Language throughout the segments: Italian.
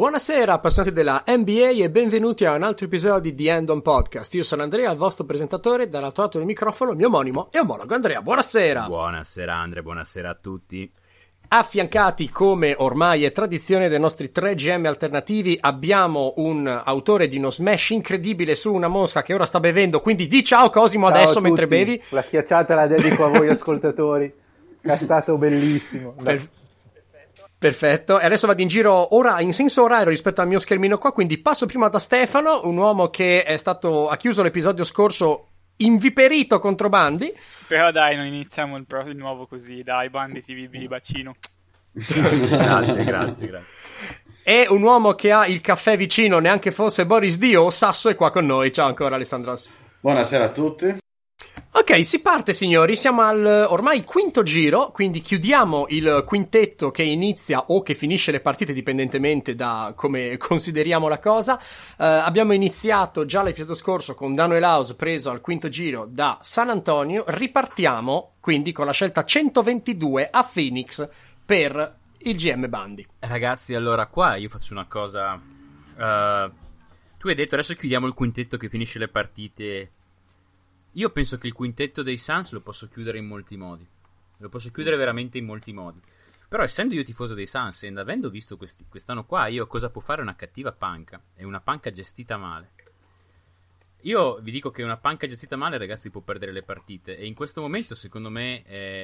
Buonasera appassionati della NBA e benvenuti a un altro episodio di The End On Podcast. Io sono Andrea, il vostro presentatore, dall'altro lato del microfono il mio omonimo e omologo Andrea. Buonasera! Buonasera Andrea, buonasera a tutti. Affiancati, come ormai è tradizione dei nostri 3 GM alternativi, abbiamo un autore di uno smash incredibile su una mosca che ora sta bevendo, quindi di ciao Cosimo. Ciao adesso mentre bevi. La schiacciata la dedico a voi ascoltatori, è stato bellissimo. Perfetto, e adesso vado in giro ora in senso orario rispetto al mio schermino qua, quindi passo prima da Stefano, un uomo che ha chiuso l'episodio scorso inviperito contro Bandi. Però dai, non iniziamo il nuovo così, dai, Bandi ti vivi di bacino. Grazie. E un uomo che ha il caffè vicino, neanche fosse Boris Dio, Sasso è qua con noi. Ciao ancora Alessandros. Buonasera a tutti. Ok, si parte signori, siamo al ormai quinto giro, quindi chiudiamo il quintetto che inizia o che finisce le partite dipendentemente da come consideriamo la cosa. Abbiamo iniziato già l'episodio scorso con Daniel House preso al quinto giro da San Antonio, ripartiamo quindi con la scelta 122 a Phoenix per il GM Bandi. Ragazzi, allora qua io faccio una cosa, tu hai detto adesso chiudiamo il quintetto che finisce le partite. Io penso che il quintetto dei Suns lo posso chiudere in molti modi. Lo posso chiudere veramente in molti modi. Però essendo io tifoso dei Suns e avendo visto quest'anno qua, io cosa può fare una cattiva panca? È una panca gestita male. Io vi dico che una panca gestita male, ragazzi, può perdere le partite. E in questo momento, secondo me,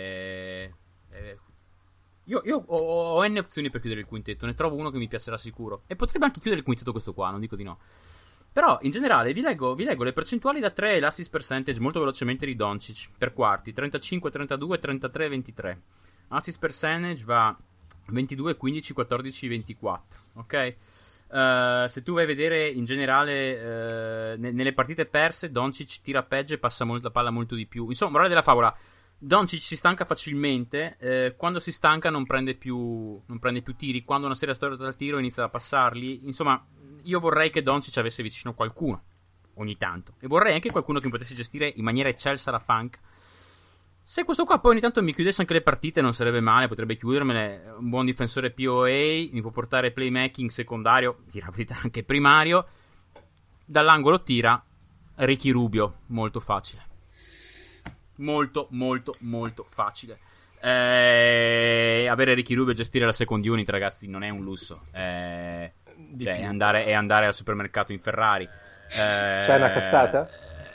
io ho N opzioni per chiudere il quintetto. Ne trovo uno che mi piacerà sicuro. E potrebbe anche chiudere il quintetto questo qua, non dico di no. Però in generale vi leggo le percentuali da 3 e l'assist percentage molto velocemente di Doncic per quarti: 35, 32, 33, 23. Assist percentage va 22, 15, 14, 24. Ok? Se tu vai a vedere in generale nelle partite perse, Doncic tira peggio e passa la palla molto di più. Insomma, morale della favola: Doncic si stanca facilmente, quando si stanca non prende più tiri, quando una serie storta dal tiro inizia a passarli. Insomma, io vorrei che Doncic avesse vicino qualcuno ogni tanto, e vorrei anche qualcuno che mi potesse gestire in maniera eccelsa la punk. Se questo qua poi ogni tanto mi chiudesse anche le partite non sarebbe male, potrebbe chiudermele. Un buon difensore POA, mi può portare playmaking secondario, dire la verità anche primario. Dall'angolo tira Ricky Rubio, molto facile, molto facile. Avere Ricky Rubio e gestire la second unit, ragazzi, non è un lusso, cioè è andare al supermercato in Ferrari. C'è una cazzata?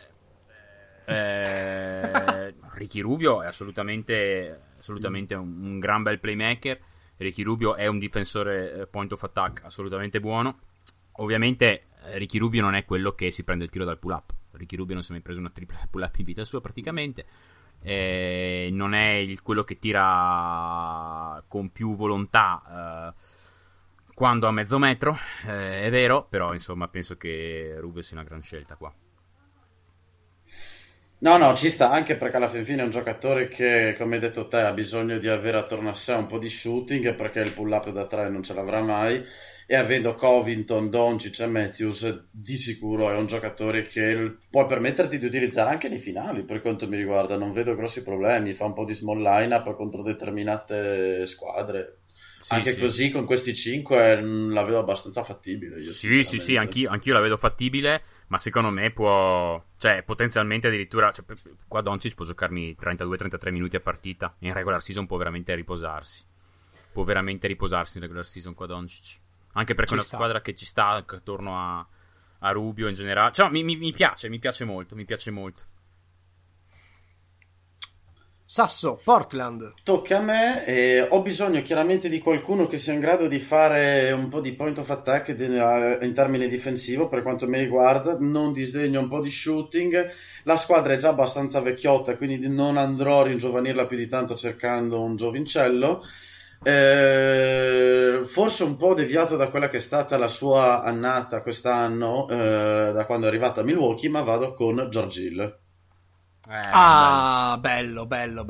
Ricky Rubio è assolutamente un gran bel playmaker. Ricky Rubio è un difensore point of attack assolutamente buono. Ovviamente Ricky Rubio non è quello che si prende il tiro dal pull up. Ricky Rubio non si è mai preso una tripla pull up in vita sua praticamente. Non è quello che tira con più volontà quando a mezzo metro, è vero, però insomma penso che Rubio sia una gran scelta qua. No, ci sta, anche perché alla fine è un giocatore che, come hai detto te, ha bisogno di avere attorno a sé un po' di shooting, perché il pull up da 3 non ce l'avrà mai, e avendo Covington, Doncic e Matthews di sicuro è un giocatore che puoi permetterti di utilizzare anche nei finali. Per quanto mi riguarda non vedo grossi problemi, fa un po' di small lineup contro determinate squadre. Sì, anche sì. Così con questi 5 la vedo abbastanza fattibile. Sì, anch'io la vedo fattibile, ma secondo me potenzialmente addirittura, qua Doncic può giocarmi 32-33 minuti a partita. In regular season può veramente riposarsi in regular season qua Doncic, anche perché è una squadra che ci sta attorno a Rubio in generale. Cioè, mi piace molto. Sasso, Portland. Tocca a me, e ho bisogno chiaramente di qualcuno che sia in grado di fare un po' di point of attack in termini difensivo. Per quanto mi riguarda non disdegno un po' di shooting. La squadra è già abbastanza vecchiotta, quindi non andrò a ringiovanirla più di tanto cercando un giovincello. Forse un po' deviato da quella che è stata la sua annata quest'anno, da quando è arrivata a Milwaukee, ma vado con George Hill. Bello.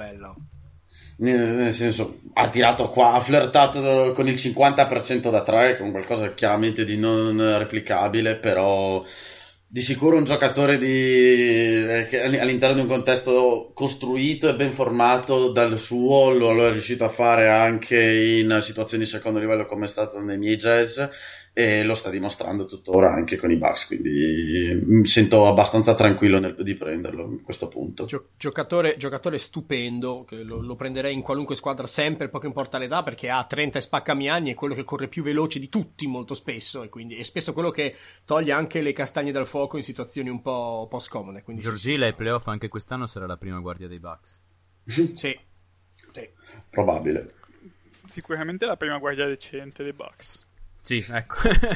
Nel senso, ha flirtato con il 50% da 3, con qualcosa chiaramente di non replicabile, però di sicuro un giocatore che all'interno di un contesto costruito e ben formato dal suo lo è riuscito a fare anche in situazioni di secondo livello come è stato nei miei Jazz. e lo sta dimostrando tuttora anche con i Bucks, quindi mi sento abbastanza tranquillo di prenderlo a questo punto. Giocatore stupendo, che lo prenderei in qualunque squadra sempre, poco importa l'età, perché ha 30 e spaccami anni, è quello che corre più veloce di tutti molto spesso, e quindi è spesso quello che toglie anche le castagne dal fuoco in situazioni un po' scomode. Quindi Giorgile ai playoff anche quest'anno sarà la prima guardia dei Bucks. Sì. Probabile. Sicuramente la prima guardia decente dei Bucks. Sì, ecco.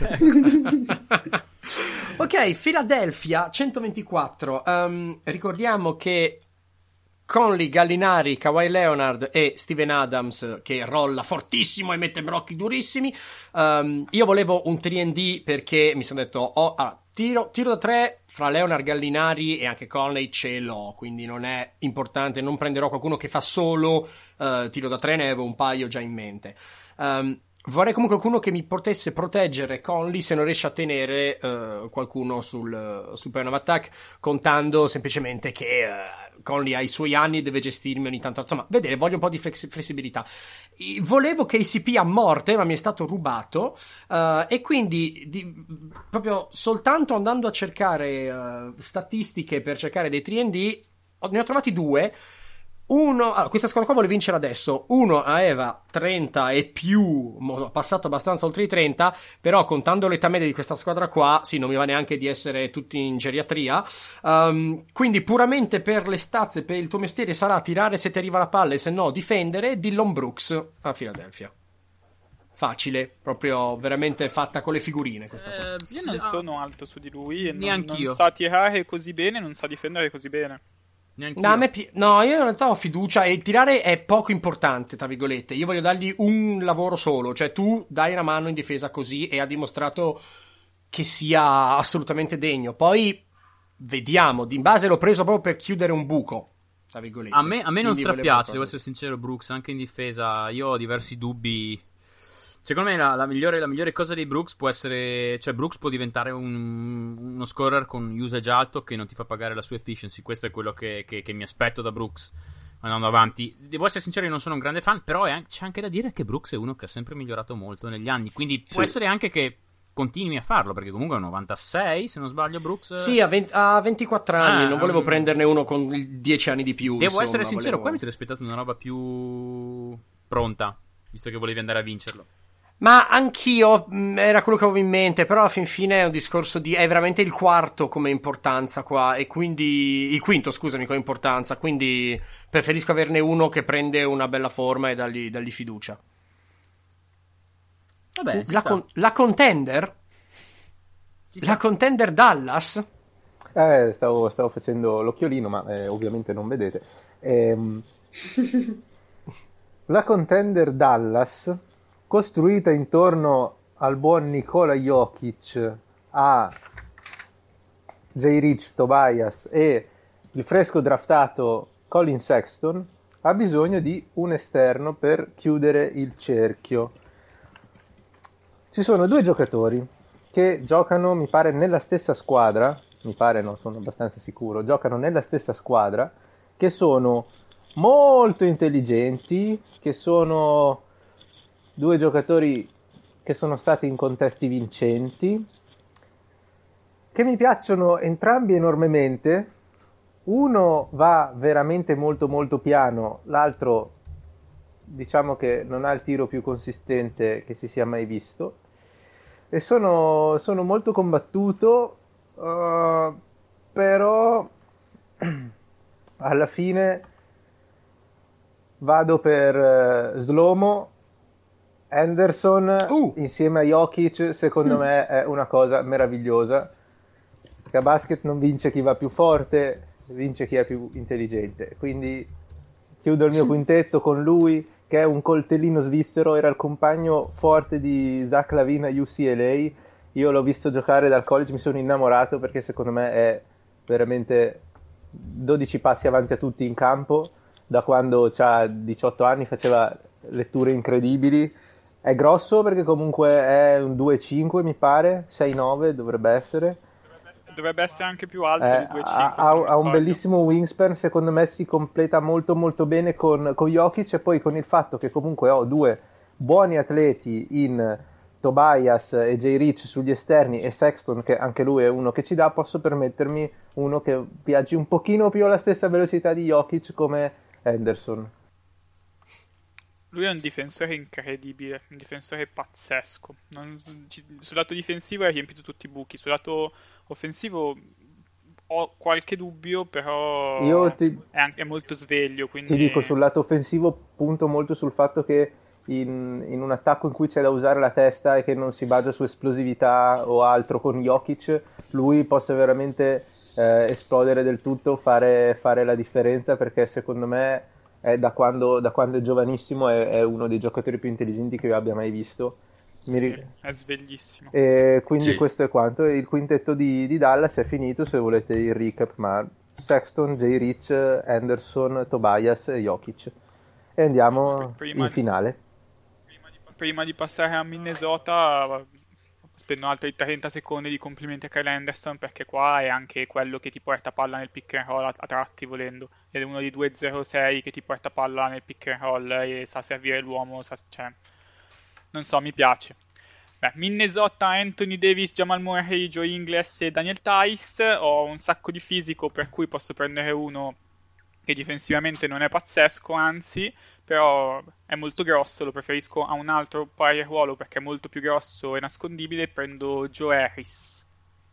Ok, Philadelphia 124. Ricordiamo che Conley, Gallinari, Kawhi Leonard e Steven Adams, che rolla fortissimo e mette blocchi durissimi. Io volevo un 3&D perché mi sono detto tiro da 3 fra Leonard, Gallinari e anche Conley ce l'ho, quindi non è importante, non prenderò qualcuno che fa solo tiro da 3, ne avevo un paio già in mente. Vorrei comunque qualcuno che mi potesse proteggere Conley se non riesce a tenere qualcuno sul point of attack, contando semplicemente che Conley ha i suoi anni e deve gestirmi ogni tanto. Insomma, vedere, voglio un po' di flessibilità. Volevo KCP a morte, ma mi è stato rubato, e quindi proprio soltanto andando a cercare statistiche per cercare dei 3&D, ne ho trovati due. Questa squadra qua vuole vincere adesso. Uno aveva 30 e più, passato abbastanza oltre i 30, però contando l'età media di questa squadra qua, sì, non mi va neanche di essere tutti in geriatria. Quindi puramente per le stazze, per il tuo mestiere sarà tirare se ti arriva la palla e se no difendere. Dillon Brooks a Philadelphia. Facile, proprio veramente fatta con le figurine questa qua. Io non sono alto su di lui e non Neanch'io. sa tirare così bene, non sa difendere così bene. No, io in realtà ho fiducia, e il tirare è poco importante, tra virgolette. Io voglio dargli un lavoro solo, cioè tu dai una mano in difesa così, e ha dimostrato che sia assolutamente degno. Poi vediamo, di base l'ho preso proprio per chiudere un buco, tra virgolette. A me non strapiace, devo essere sincero, Brooks, anche in difesa io ho diversi dubbi. Secondo me la migliore cosa di Brooks può essere, cioè Brooks può diventare uno scorer con usage alto che non ti fa pagare la sua efficiency. Questo è quello che mi aspetto da Brooks andando avanti. Devo essere sincero, io non sono un grande fan, però c'è anche da dire che Brooks è uno che ha sempre migliorato molto negli anni, quindi può essere anche che continui a farlo, perché comunque è un 96, se non sbaglio, Brooks. Sì, ha 24 anni, non volevo prenderne uno con 10 anni di più. Devo essere sincero, qua mi sarei aspettato una roba più pronta, visto che volevi andare a vincerlo. Ma anch'io era quello che avevo in mente, però alla fin fine è un discorso è veramente il quarto come importanza qua, e quindi il quinto, scusami, come importanza, quindi preferisco averne uno che prende una bella forma e dargli fiducia. Vabbè, la contender? La contender Dallas? Stavo facendo l'occhiolino, ma ovviamente non vedete. La contender Dallas, costruita intorno al buon Nikola Jokic, a J. Rich, Tobias e il fresco draftato Colin Sexton, ha bisogno di un esterno per chiudere il cerchio. Ci sono due giocatori che giocano, mi pare, nella stessa squadra, mi pare, no, sono abbastanza sicuro, giocano nella stessa squadra, che sono molto intelligenti, che sono due giocatori che sono stati in contesti vincenti, che mi piacciono entrambi enormemente. Uno va veramente molto molto piano, l'altro diciamo che non ha il tiro più consistente che si sia mai visto, e sono molto combattuto, però alla fine vado per Slomo. Anderson insieme a Jokic secondo me è una cosa meravigliosa, che a basket non vince chi va più forte, vince chi è più intelligente. Quindi chiudo il mio quintetto con lui, che è un coltellino svizzero, era il compagno forte di Zach LaVine a UCLA. Io l'ho visto giocare dal college, mi sono innamorato, perché secondo me è veramente 12 passi avanti a tutti in campo. Da quando ha 18 anni faceva letture incredibili. È grosso perché comunque è un 2,5 mi pare, 6,9 dovrebbe essere. Dovrebbe essere anche più alto di 2,5. Ha un bellissimo wingspan, secondo me si completa molto molto bene con Jokic, e poi con il fatto che comunque ho due buoni atleti in Tobias e Jay Rich sugli esterni e Sexton, che anche lui è uno che ci dà, posso permettermi uno che viaggi un pochino più alla stessa velocità di Jokic come Henderson. Lui è un difensore incredibile, un difensore pazzesco. Sul lato difensivo ha riempito tutti i buchi, sul lato offensivo ho qualche dubbio, però è molto sveglio. Quindi... Ti dico, sul lato offensivo punto molto sul fatto che in un attacco in cui c'è da usare la testa e che non si basa su esplosività o altro con Jokic, lui possa veramente esplodere del tutto, fare la differenza, perché secondo me da quando è giovanissimo è uno dei giocatori più intelligenti che io abbia mai visto. È sveglissimo. E quindi questo è quanto. Il quintetto di Dallas è finito, se volete il recap, ma Sexton, Jay Rich, Henderson, Tobias e Jokic. E andiamo in finale. Prima di passare a Minnesota spendo altri 30 secondi di complimenti a Kyle Anderson, perché qua è anche quello che ti porta palla nel pick and roll a tratti volendo, ed è uno dei 2-0-6 che ti porta palla nel pick and roll e sa servire l'uomo, non so, mi piace. Minnesota, Anthony Davis, Jamal Murray, Joe Ingles e Daniel Tice. Ho un sacco di fisico, per cui posso prendere uno che difensivamente non è pazzesco, anzi, però è molto grosso, lo preferisco a un altro pari ruolo perché è molto più grosso e nascondibile. Prendo Joe Harris.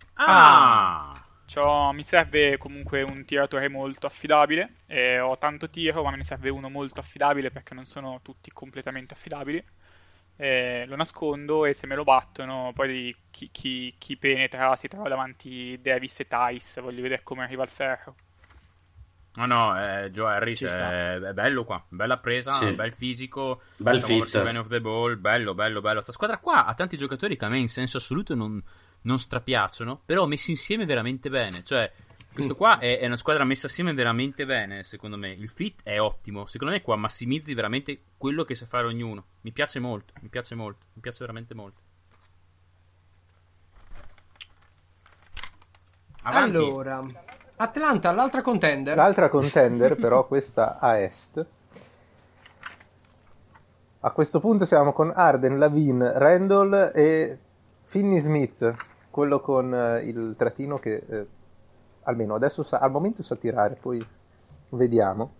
Mi serve comunque un tiratore molto affidabile, ho tanto tiro, ma me ne serve uno molto affidabile perché non sono tutti completamente affidabili. Lo nascondo e se me lo battono poi chi penetra si trova davanti Davis e Tice. Voglio vedere come arriva il ferro. Joe Harris è bello qua, bella presa, bel fisico, bel fit, bene off the ball, bello. Sta squadra qua ha tanti giocatori che a me in senso assoluto non strapiacciono, però messi insieme veramente bene. Cioè, questo qua è una squadra messa assieme veramente bene, secondo me. Il fit è ottimo, secondo me qua massimizzi veramente quello che sa fare ognuno. Mi piace veramente molto. Avanti. Allora, Atlanta, l'altra contender. L'altra contender, però questa a est. A questo punto siamo con Harden, Lavin, Randall e Finney Smith, quello con il trattino che almeno adesso al momento sa tirare, poi vediamo.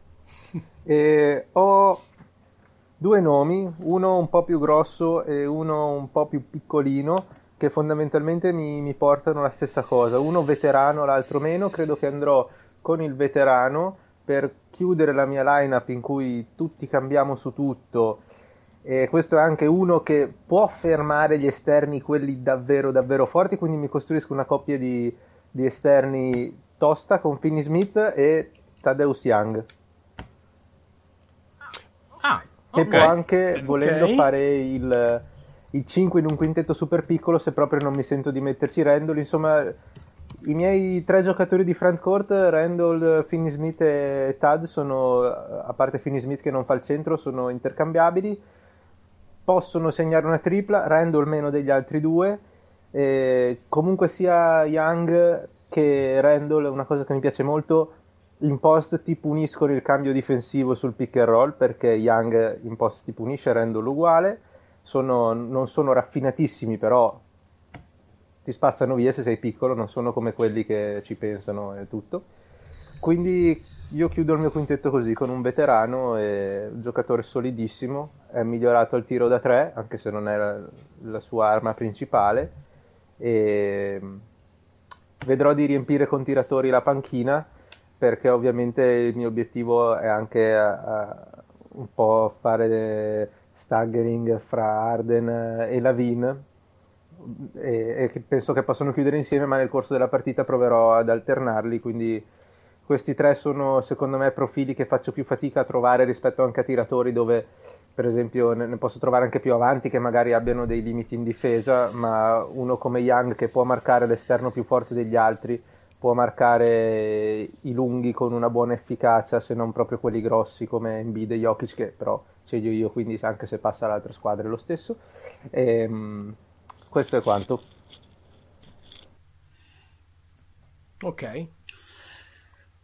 E ho due nomi, uno un po' più grosso e uno un po' più piccolino, che fondamentalmente mi portano la stessa cosa. Uno veterano, l'altro meno. Credo che andrò con il veterano per chiudere la mia lineup in cui tutti cambiamo su tutto, e questo è anche uno che può fermare gli esterni, quelli davvero davvero forti, quindi mi costruisco una coppia di esterni tosta con Finney Smith e Thaddeus Young, che può anche, volendo, fare il 5 in un quintetto super piccolo se proprio non mi sento di metterci Randall. Insomma, i miei tre giocatori di frontcourt, Randall, Finney Smith e Tad, sono, a parte Finney Smith che non fa il centro, sono intercambiabili, possono segnare una tripla, Randall meno degli altri due. Comunque sia Young che Randall, è una cosa che mi piace molto, in post ti puniscono il cambio difensivo sul pick and roll, perché Young in post ti punisce, Randall uguale. Non sono raffinatissimi, però ti spazzano via se sei piccolo, non sono come quelli che ci pensano e tutto. Quindi io chiudo il mio quintetto così, con un veterano e un giocatore solidissimo, è migliorato al tiro da 3, anche se non è la sua arma principale, e vedrò di riempire con tiratori la panchina, perché ovviamente il mio obiettivo è anche un po' fare staggering fra Harden e Lavin, e che penso che possono chiudere insieme, ma nel corso della partita proverò ad alternarli. Quindi questi tre sono secondo me profili che faccio più fatica a trovare rispetto anche a tiratori dove per esempio ne posso trovare anche più avanti che magari abbiano dei limiti in difesa, ma uno come Young che può marcare l'esterno più forte degli altri, può marcare i lunghi con una buona efficacia, se non proprio quelli grossi come Embiid e Jokic, che però sceglio io, quindi anche se passa all'altra squadra è lo stesso. Questo è quanto. Ok.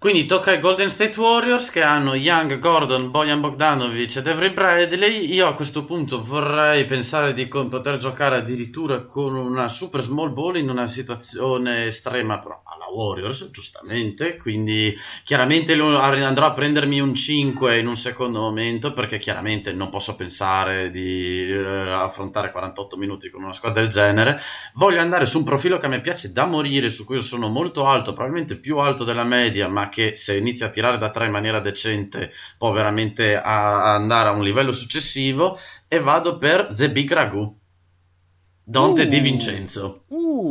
Quindi tocca ai Golden State Warriors che hanno Young, Gordon, Bojan Bogdanovic ed Avery Bradley. Io a questo punto vorrei pensare di poter giocare addirittura con una super small ball in una situazione estrema, però alla Warriors, giustamente. Quindi chiaramente andrò a prendermi un 5 in un secondo momento, perché chiaramente non posso pensare di affrontare 48 minuti con una squadra del genere. Voglio andare su un profilo che a me piace da morire, su cui sono molto alto, probabilmente più alto della media, ma che se inizia a tirare da 3 in maniera decente può veramente andare a un livello successivo, e vado per The Big Ragu, Dante Di Vincenzo.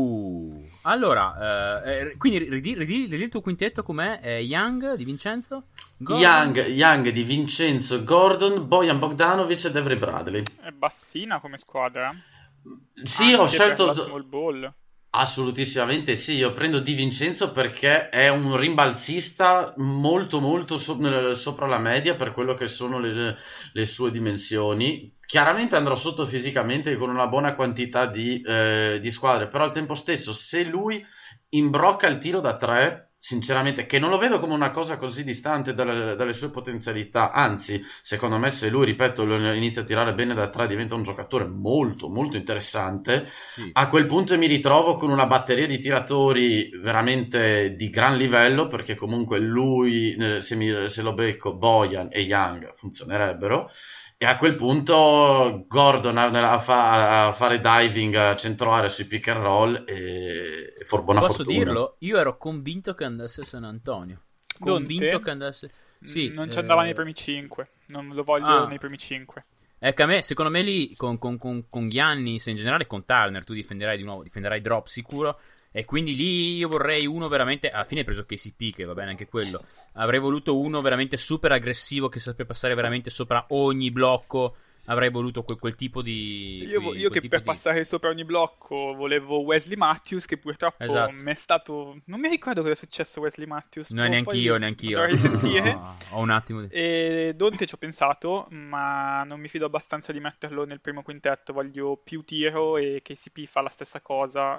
Allora, quindi ridi il tuo quintetto com'è? Young, Di Vincenzo? Gordon? Young, Di Vincenzo, Gordon, Bojan Bogdanovic ed Avery Bradley. È bassina come squadra? Sì, Anche ho scelto... per la small ball. Assolutissimamente sì, io prendo Di Vincenzo perché è un rimbalzista molto molto sopra la media per quello che sono le sue dimensioni. Chiaramente andrò sotto fisicamente con una buona quantità di squadre, però al tempo stesso se lui imbrocca il tiro da 3, sinceramente, che non lo vedo come una cosa così distante dalle sue potenzialità, anzi, secondo me se lui, ripeto, inizia a tirare bene da 3 diventa un giocatore molto molto interessante. Sì. A quel punto mi ritrovo con una batteria di tiratori veramente di gran livello, perché comunque lui, se lo becco, Bojan e Young funzionerebbero. E a quel punto Gordon a fare diving a centro area sui pick and roll e buona Posso fortuna. dirlo? Io ero convinto che andasse a San Antonio. Convinto Dante? che andasse... Sì, Non ci andava nei primi 5. Non lo voglio nei primi 5. È che a me, secondo me lì, con Giannis e in generale con Turner, tu difenderai di nuovo, difenderai drop sicuro. E quindi lì io vorrei uno veramente... Alla fine hai preso KCP, che va bene anche quello. Avrei voluto uno veramente super aggressivo, che sappia passare veramente sopra ogni blocco. Avrei voluto quel tipo di... Io che per passare sopra ogni blocco volevo Wesley Matthews, che purtroppo mi è stato... Non mi ricordo cosa è successo a Wesley Matthews. No, neanch'io. Dovrei risentire. No, ho un attimo di... E Dante ci ho pensato, ma non mi fido abbastanza di metterlo nel primo quintetto. Voglio più tiro e KCP fa la stessa cosa.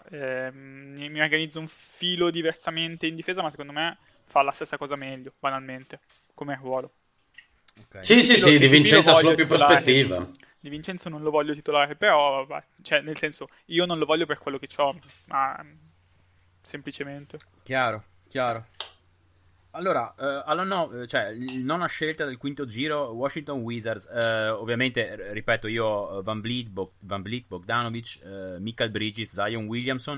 Mi organizzo un filo diversamente in difesa, ma secondo me fa la stessa cosa meglio, banalmente, come ruolo. Okay. Sì, Di Vincenzo ha solo più prospettiva. Di Vincenzo non lo voglio titolare, però, cioè, nel senso, io non lo voglio per quello che c'ho, ma semplicemente. Chiaro. Allora, cioè, nona scelta del quinto giro, Washington Wizards. Ovviamente, ripeto, io ho Van Vliet, Bogdanovic, Michael Bridges, Zion Williamson.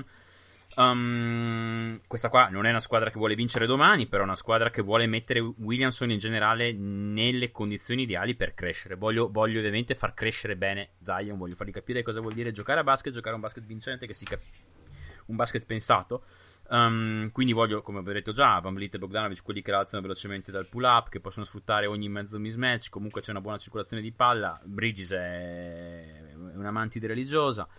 Questa qua non è una squadra che vuole vincere domani, però è una squadra che vuole mettere Williamson in generale nelle condizioni ideali per crescere. Voglio ovviamente far crescere bene Zion, voglio fargli capire cosa vuol dire giocare a basket, giocare un basket vincente, un basket pensato. Quindi voglio, come vi ho detto già, Van Vliet e Bogdanovic, quelli che alzano velocemente dal pull up, che possono sfruttare ogni mezzo mismatch. Comunque c'è una buona circolazione di palla. Bridges è una mantide religiosa.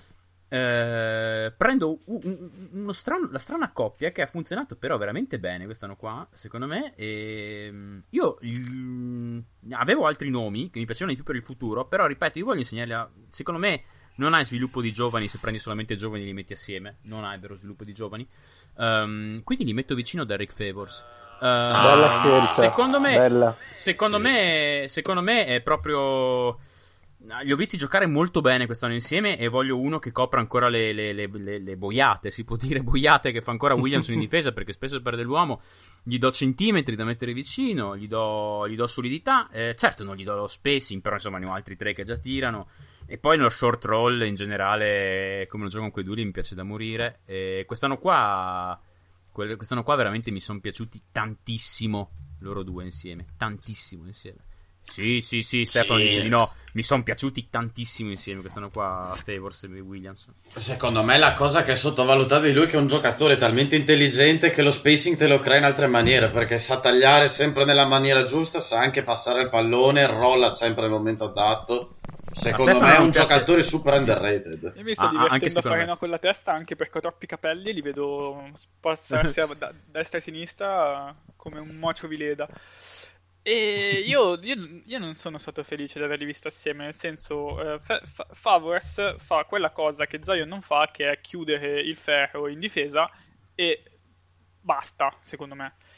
Prendo la strana coppia che ha funzionato però veramente bene quest'anno qua, secondo me. Io avevo altri nomi che mi piacevano di più per il futuro, però ripeto, io voglio insegnarli secondo me non hai sviluppo di giovani se prendi solamente giovani e li metti assieme, non hai vero sviluppo di giovani. Quindi li metto vicino a Derek Favors. Bella scelta. Secondo me è proprio... Li ho visti giocare molto bene quest'anno insieme e voglio uno che copra ancora le boiate, si può dire boiate che fa ancora Williamson in difesa, perché spesso perde l'uomo. Gli do centimetri da mettere vicino, gli do solidità, certo non gli do lo spacing, però insomma ne ho altri 3 che già tirano. E poi nello short roll in generale, come lo giocano quei duri, mi piace da morire. E quest'anno qua veramente mi sono piaciuti tantissimo loro due insieme, tantissimo insieme. Sì, Stefano dice di no. Mi sono piaciuti tantissimo insieme quest'anno qua, Favors e Williamson. Secondo me la cosa che è sottovalutata di lui è che è un giocatore talmente intelligente che lo spacing te lo crea in altre maniere, perché sa tagliare sempre nella maniera giusta, sa anche passare il pallone, rolla sempre nel momento adatto. Secondo me è un giocatore super underrated. Io mi sto divertendo a fare no con la testa, anche perché ho troppi capelli e li vedo spazzarsi da destra e sinistra come un mocio vileda. E io non sono stato felice di averli visto assieme, nel senso, Favors fa quella cosa che Zion non fa, che è chiudere il ferro in difesa e basta, secondo me.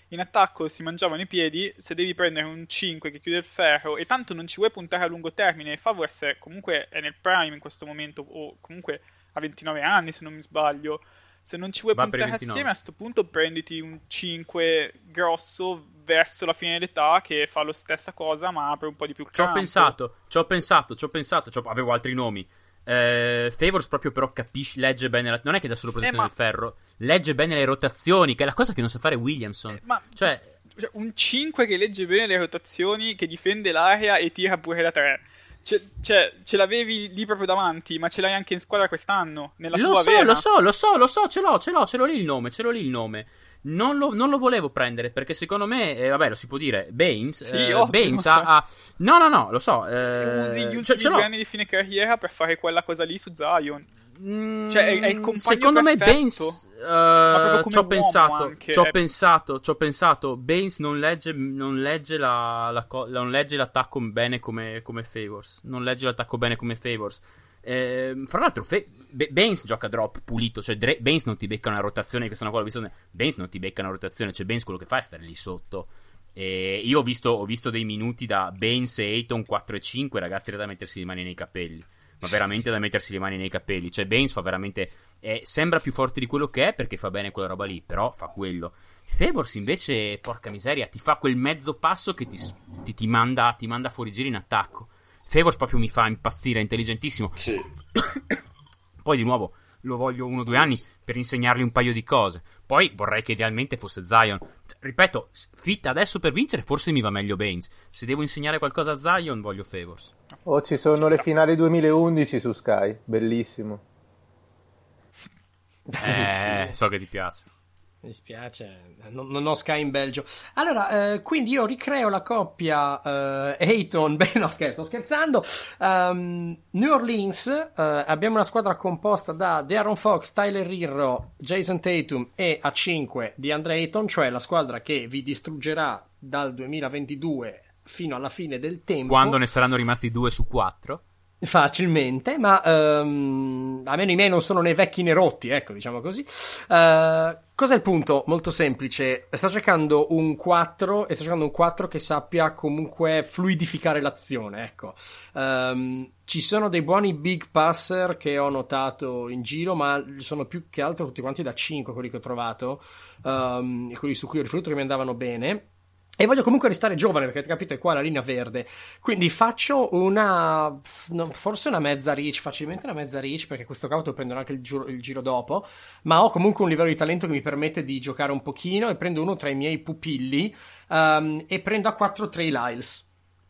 in attacco si mangiavano i piedi, se devi prendere un 5 che chiude il ferro e tanto non ci vuoi puntare a lungo termine, Favors comunque è nel prime in questo momento, o comunque ha 29 anni se non mi sbaglio, se non ci vuoi puntare assieme a questo punto prenditi un 5 grosso verso la fine dell'età che fa la stessa cosa ma apre un po' di più campo. Ci ho pensato, avevo altri nomi. Favors proprio però legge bene non è che dà solo protezione del ferro, legge bene le rotazioni, che è la cosa che non sa fare Williamson. Cioè, un 5 che legge bene le rotazioni, che difende l'area e tira pure da 3. Ce l'avevi lì proprio davanti, ma ce l'hai anche in squadra quest'anno. Nella tua vera. Lo so, ce l'ho lì il nome. Non lo volevo prendere perché secondo me, vabbè, lo si può dire, Baines, sì, Baines ha... No, lo so. Usi gli ultimi 2 anni di fine carriera per fare quella cosa lì su Zion. Cioè, è il compagno secondo perfetto. Me Baines, ci ho pensato, Baines non legge l'attacco bene come Favors. Non legge l'attacco bene come Favors. Fra l'altro Baines gioca drop pulito, cioè Baines non ti becca una rotazione, che sono Baines non ti becca una rotazione, cioè Baines quello che fa è stare lì sotto. E io ho visto dei minuti da Baines e Ayton 4 e 5, ragazzi, da mettersi le mani nei capelli, ma veramente da mettersi le mani nei capelli. Cioè Baines fa veramente sembra più forte di quello che è perché fa bene quella roba lì, però fa quello. Favors invece, porca miseria, ti fa quel mezzo passo che ti manda fuori giri in attacco. Favors proprio mi fa impazzire, è intelligentissimo. Sì. Poi di nuovo lo voglio 1 o 2 anni per insegnargli un paio di cose. Poi vorrei che idealmente fosse Zion. Cioè, ripeto, fit adesso per vincere forse mi va meglio Baines. Se devo insegnare qualcosa a Zion voglio Favors. Ci sono le finali 2011 su Sky, bellissimo. So che ti piace. Mi dispiace, non ho Sky in Belgio. Allora, quindi io ricreo la coppia Ayton. Beh, no, sto scherzando. New Orleans, abbiamo una squadra composta da De'Aaron Fox, Tyler Herro, Jason Tatum e a 5 di DeAndre Ayton, cioè la squadra che vi distruggerà dal 2022 fino alla fine del tempo. Quando ne saranno rimasti 2 su 4. Facilmente, ma almeno i miei non sono né vecchi né rotti, ecco, diciamo così. Cos'è il punto? Molto semplice. Sto cercando un 4 e sto cercando un 4 che sappia comunque fluidificare l'azione, ecco. Ci sono dei buoni big passer che ho notato in giro, ma sono più che altro tutti quanti da 5 quelli che ho trovato, e quelli su cui ho riflettuto che mi andavano bene. E voglio comunque restare giovane, perché capito, è qua la linea verde. Quindi faccio forse una mezza reach, facilmente una mezza reach, perché questo cavolo prenderò anche il giro dopo, ma ho comunque un livello di talento che mi permette di giocare un pochino, e prendo uno tra i miei pupilli, e prendo a 4 Trey Lyles.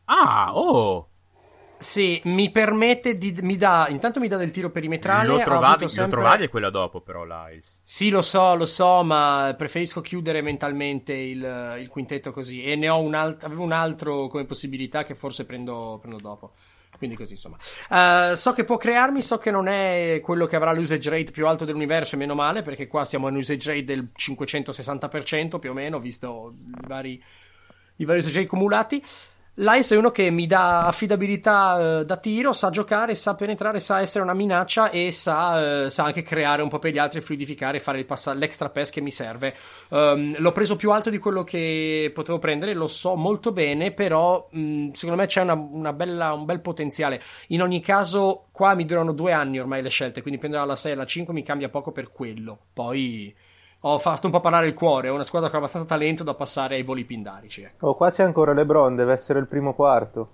Sì, mi permette intanto mi dà del tiro perimetrale. Lo trovavi e quella dopo però Lyles. Sì, lo so, ma preferisco chiudere mentalmente il quintetto così, e ne ho avevo un altro come possibilità che forse prendo dopo. Quindi così, insomma. So che può crearmi, so che non è quello che avrà l'usage rate più alto dell'universo, e meno male, perché qua siamo a un usage rate del 560% più o meno, visto i vari usage rate cumulati. Lyles è uno che mi dà affidabilità da tiro, sa giocare, sa penetrare, sa essere una minaccia, e sa anche creare un po' per gli altri, fluidificare, fare l'extra pass che mi serve. L'ho preso più alto di quello che potevo prendere, lo so molto bene, però secondo me c'è un bel potenziale. In ogni caso qua mi durano 2 anni ormai le scelte, quindi prendere alla 6 alla 5 mi cambia poco per quello. Poi ho fatto un po' parlare il cuore, ho una squadra che ha abbastanza talento da passare ai voli pindarici, ecco. Qua c'è ancora LeBron, deve essere il primo quarto.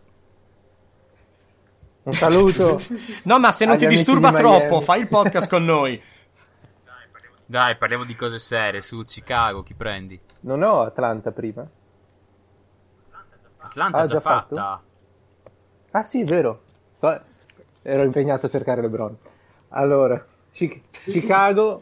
Un saluto. No, ma se non ti disturba troppo, fai il podcast con noi. Dai, parliamo di cose serie. Su Chicago, chi prendi? Non ho Atlanta prima. Atlanta già fatta. Ah sì, vero. Ero impegnato a cercare LeBron. Allora, Chicago.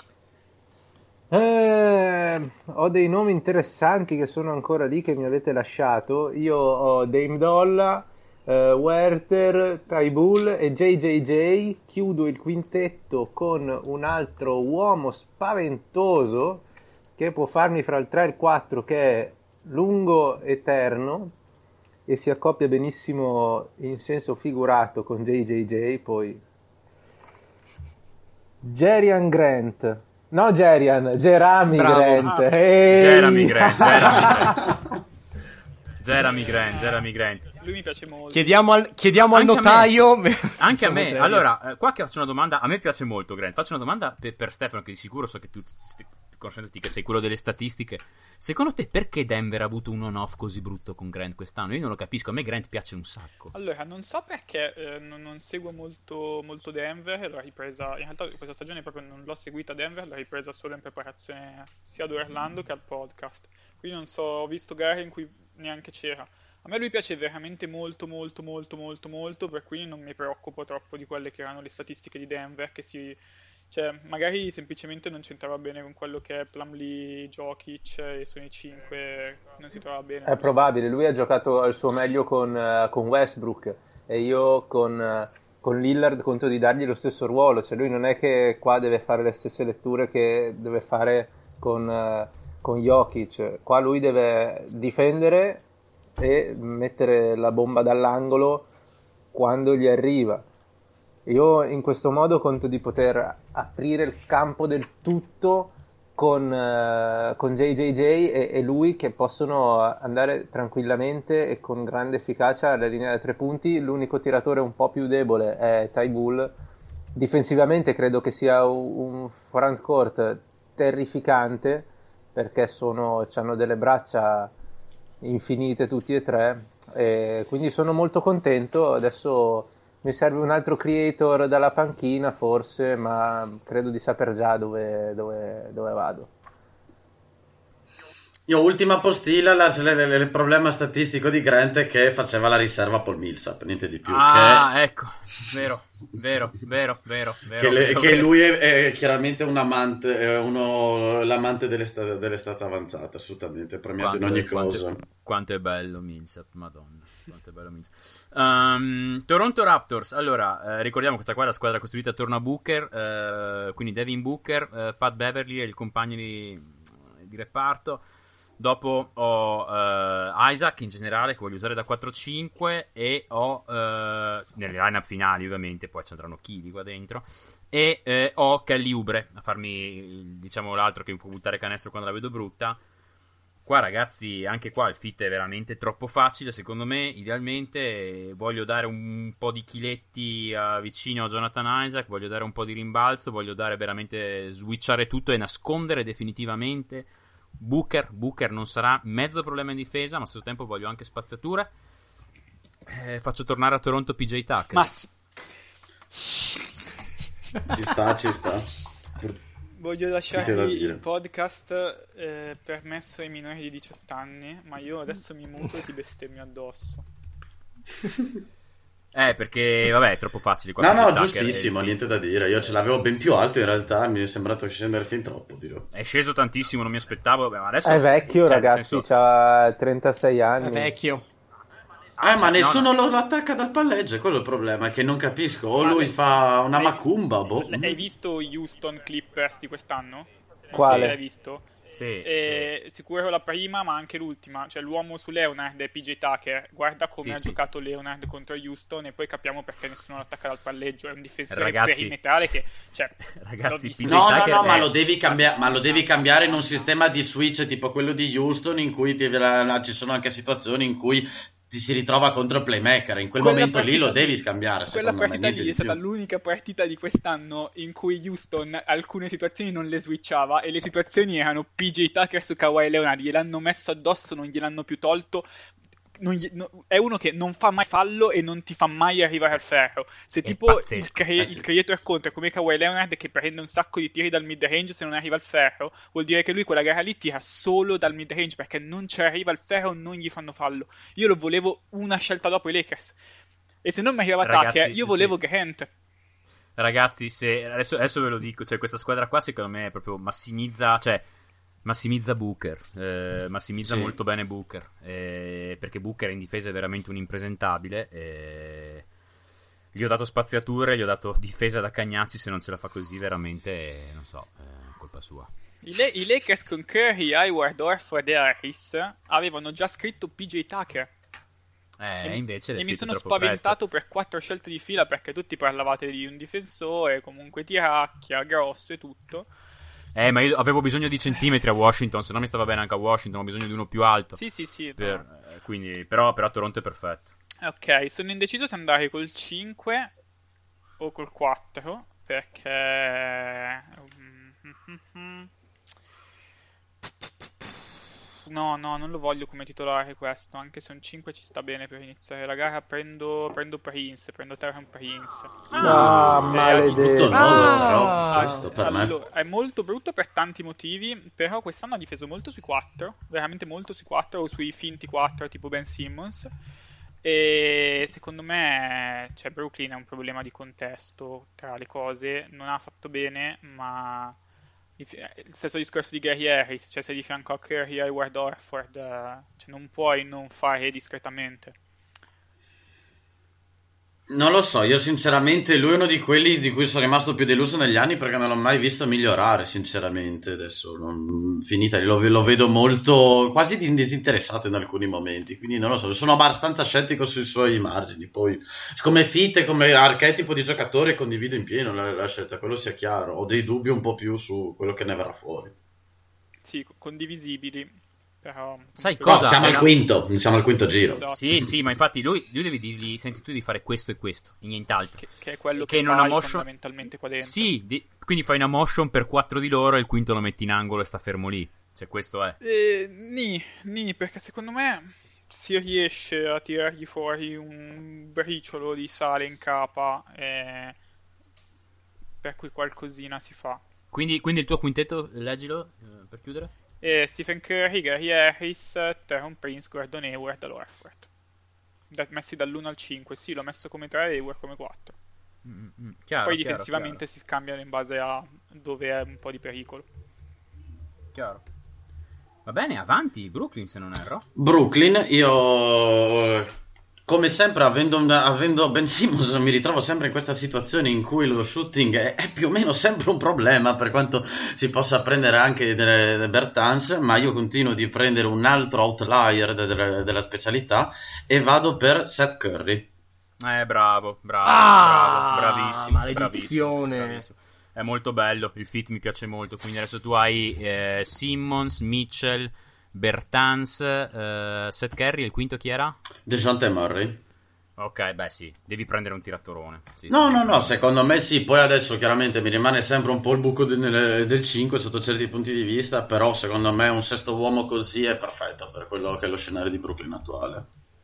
Ho dei nomi interessanti che sono ancora lì, che mi avete lasciato. Io ho Dame Dolla, Werther, Tybull e JJJ. Chiudo il quintetto con un altro uomo spaventoso che può farmi fra il 3 e il 4, che è lungo eterno e si accoppia benissimo in senso figurato con JJJ. Poi Jerian Grant. No, Jeremy Bravo. Grant. Ehi! Jeremy Grant. Lui mi piace molto. Chiediamo al Anche a notaio. Anche a me. Jerry. Allora, qua che faccio una domanda, a me piace molto Grant. Faccio una domanda per Stefano, che di sicuro so che tu, conoscendoti che sei quello delle statistiche. Secondo te perché Denver ha avuto un on-off così brutto con Grant quest'anno? Io non lo capisco, a me Grant piace un sacco. Allora, non so perché non seguo molto Denver, l'ho ripresa, in realtà questa stagione proprio non l'ho seguita Denver, l'ho ripresa solo in preparazione sia ad Orlando che al podcast. Quindi non so, ho visto gare in cui neanche c'era. A me lui piace veramente molto, per cui non mi preoccupo troppo di quelle che erano le statistiche di Denver, cioè, magari semplicemente non c'entrava bene con quello che è Plumlee, Jokic e sono i 5, non si trova bene. È probabile, lui ha giocato al suo meglio con Westbrook e io con Lillard conto di dargli lo stesso ruolo, cioè lui non è che qua deve fare le stesse letture che deve fare con Jokic, qua lui deve difendere e mettere la bomba dall'angolo quando gli arriva. Io in questo modo conto di poter aprire il campo del tutto con JJJ e lui, che possono andare tranquillamente e con grande efficacia alla linea da 3 punti. L'unico tiratore un po' più debole è Ty Bull. Difensivamente credo che sia un frontcourt terrificante, perché hanno delle braccia infinite tutti e tre, e quindi sono molto contento. Adesso mi serve un altro creator dalla panchina forse, ma credo di saper già dove vado. Io ultima postilla, il problema statistico di Grant è che faceva la riserva a Paul Millsap, niente di più. Ecco, vero. Che lui è chiaramente un amante, l'amante dell'estate avanzata, assolutamente, premiato in ogni cosa. Quanto è bello Millsap, madonna, quanto è bello Millsap. Toronto Raptors, allora, ricordiamo questa qua è la squadra costruita attorno a Booker, quindi Devin Booker, Pat Beverly e il compagno di reparto. Dopo ho Isaac in generale, che voglio usare da 4-5, e ho nelle line-up finali ovviamente, poi ci andranno chili qua dentro, e ho Kelly Oubre a farmi, diciamo, l'altro che mi può buttare canestro quando la vedo brutta. Qua ragazzi, anche qua il fit è veramente troppo facile secondo me. Idealmente voglio dare un po' di chiletti vicino a Jonathan Isaac, voglio dare un po' di rimbalzo, voglio dare veramente, switchare tutto e nascondere definitivamente Booker non sarà mezzo problema in difesa, ma allo stesso tempo voglio anche spaziature. Faccio tornare a Toronto PJ Tucker. Ci sta. Voglio lasciarvi il podcast permesso ai minori di 18 anni, ma io adesso mi muto e ti bestemmio addosso. Perché vabbè è troppo facile. No, giustissimo, niente da dire. Io ce l'avevo ben più alto in realtà, mi è sembrato scendere fin troppo, dirò. È sceso tantissimo, non mi aspettavo. Ma adesso è vecchio, cioè, ragazzi, nel senso... c'ha 36 anni. È vecchio. Ma nessuno lo attacca dal palleggio, è quello il problema, che non capisco. O lui fa una macumba, boh. Hai visto Houston Clippers di quest'anno? Quale? L'hai visto? Sì. Sicuro la prima, ma anche l'ultima. Cioè l'uomo su Leonard è PJ Tucker. Guarda come ha giocato Leonard contro Houston, e poi capiamo perché nessuno lo attacca dal palleggio. È un difensore perimetrale che, cioè, ragazzi, no, ma lo devi cambiare in un sistema di switch tipo quello di Houston, in cui ci sono anche situazioni in cui ti si ritrova contro il playmaker, in quel momento lì lo devi scambiare. Quella partita lì è stata l'unica partita di quest'anno in cui Houston alcune situazioni non le switchava, e le situazioni erano PJ Tucker su Kawhi Leonard, gliel'hanno messo addosso, non gliel'hanno più tolto. È uno che non fa mai fallo e non ti fa mai arrivare al ferro. Se tipo il creator contro è come Kawhi Leonard, che prende un sacco di tiri dal mid range, se non arriva al ferro vuol dire che lui quella gara lì tira solo dal mid range, perché non ci arriva al ferro, non gli fanno fallo. Io lo volevo una scelta dopo i Lakers, e se non mi arrivava Tucker io volevo Grant. Ragazzi, adesso ve lo dico, cioè questa squadra qua secondo me è proprio massimizza Booker, massimizza molto bene Booker, perché Booker in difesa è veramente un impresentabile. Gli ho dato spaziature, gli ho dato difesa da cagnacci. Se non ce la fa così veramente non so, è colpa sua. I Lakers con Curry, Hayward, Horford e Harris avevano già scritto PJ Tucker. Invece mi sono spaventato per 4 scelte di fila, perché tutti parlavate di un difensore comunque tiracchia, grosso e tutto. Ma io avevo bisogno di centimetri a Washington, se no mi stava bene anche a Washington, ho bisogno di uno più alto. Sì. Quindi, però Toronto è perfetto. Ok, sono indeciso se andare col 5 o col 4, perché... No, non lo voglio come titolare questo, anche se un 5 ci sta bene per iniziare la gara. Prendo Prince, prendo Terran Prince. Maledetto. Brutto nome, però questo per me. Allora, è molto brutto per tanti motivi, però quest'anno ha difeso molto sui 4, veramente molto sui 4 o sui finti 4 tipo Ben Simmons. E secondo me, cioè, Brooklyn è un problema di contesto tra le cose, non ha fatto bene, ma il stesso discorso di Gary Harris, cioè se di fianco a Curry e Ward Orford, cioè non puoi non fare discretamente. Non lo so, io sinceramente lui è uno di quelli di cui sono rimasto più deluso negli anni perché non l'ho mai visto migliorare, sinceramente. Adesso finita, lo vedo molto quasi disinteressato in alcuni momenti, quindi non lo so, sono abbastanza scettico sui suoi margini. Poi come fit e come archetipo di giocatore condivido in pieno la scelta, quello sia chiaro. Ho dei dubbi un po' più su quello che ne verrà fuori. Sì, condivisibili. Però, sai No, cosa? siamo al quinto giro. Esatto. Sì, ma infatti lui devi dirgli, senti, tu devi fare questo e questo e nient'altro. Che è quello che che in una fai motion fondamentalmente qua dentro. Sì, quindi fai una motion per 4 di loro e il quinto lo metti in angolo e sta fermo lì. Cioè questo è. Nì, perché secondo me si riesce a tirargli fuori un briciolo di sale in capa, per cui qualcosina si fa. Quindi il tuo quintetto, leggilo per chiudere. Stephen Curry, Gary Harris, Terran Prince, Gordon Hayward, Horford. Messi dall'1 al 5. Sì, l'ho messo come 3 e Hayward come 4. Chiaro, Poi difensivamente si scambiano in base a dove è un po' di pericolo. Chiaro. Va bene, avanti, Brooklyn se non erro. Brooklyn, io come sempre avendo Ben Simmons mi ritrovo sempre in questa situazione in cui lo shooting è più o meno sempre un problema, per quanto si possa prendere anche delle Bertans, ma io continuo di prendere un altro outlier della specialità e vado per Seth Curry. Bravo, bravissimo, maledizione. bravissimo. È molto bello, il fit mi piace molto, quindi adesso tu hai Simmons, Mitchell, Bertans, Seth Curry, e il quinto chi era? DeJounte Murray. Ok, beh sì, devi prendere un tiratorone. Sì, No, secondo me sì, poi adesso chiaramente mi rimane sempre un po' il buco del 5 sotto certi punti di vista, però secondo me un sesto uomo così è perfetto per quello che è lo scenario di Brooklyn attuale.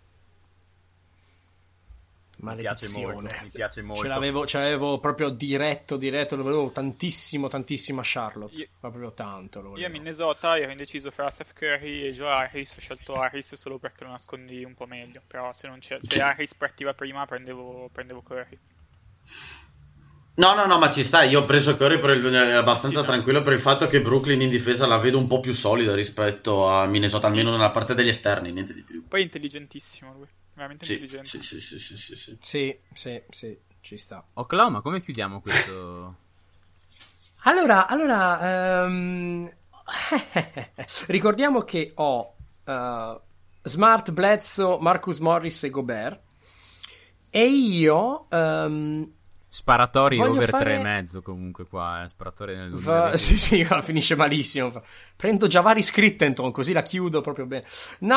Maledizione. Mi piace molto. Ce l'avevo proprio diretto, lo volevo tantissimo a Charlotte, proprio tanto lo volevo. Io a Minnesota ero indeciso fra Seth Curry e Joe Harris, ho scelto Harris solo perché lo nascondi un po' meglio, però se Harris partiva prima prendevo Curry. No, ma ci sta, io ho preso Curry abbastanza tranquillo per il fatto che Brooklyn in difesa la vedo un po' più solida rispetto a Minnesota, almeno nella parte degli esterni, niente di più. Poi è intelligentissimo lui. Veramente intelligente. Sì, ci sta. Oklahoma, come chiudiamo questo? Allora ricordiamo che ho Smart, Bledsoe, Marcus Morris e Gobert, e io sparatori over fare... 3,5 comunque qua, sparatori nel 2020. Sì, finisce malissimo. Prendo Javaris Crittenton, così la chiudo proprio bene. No,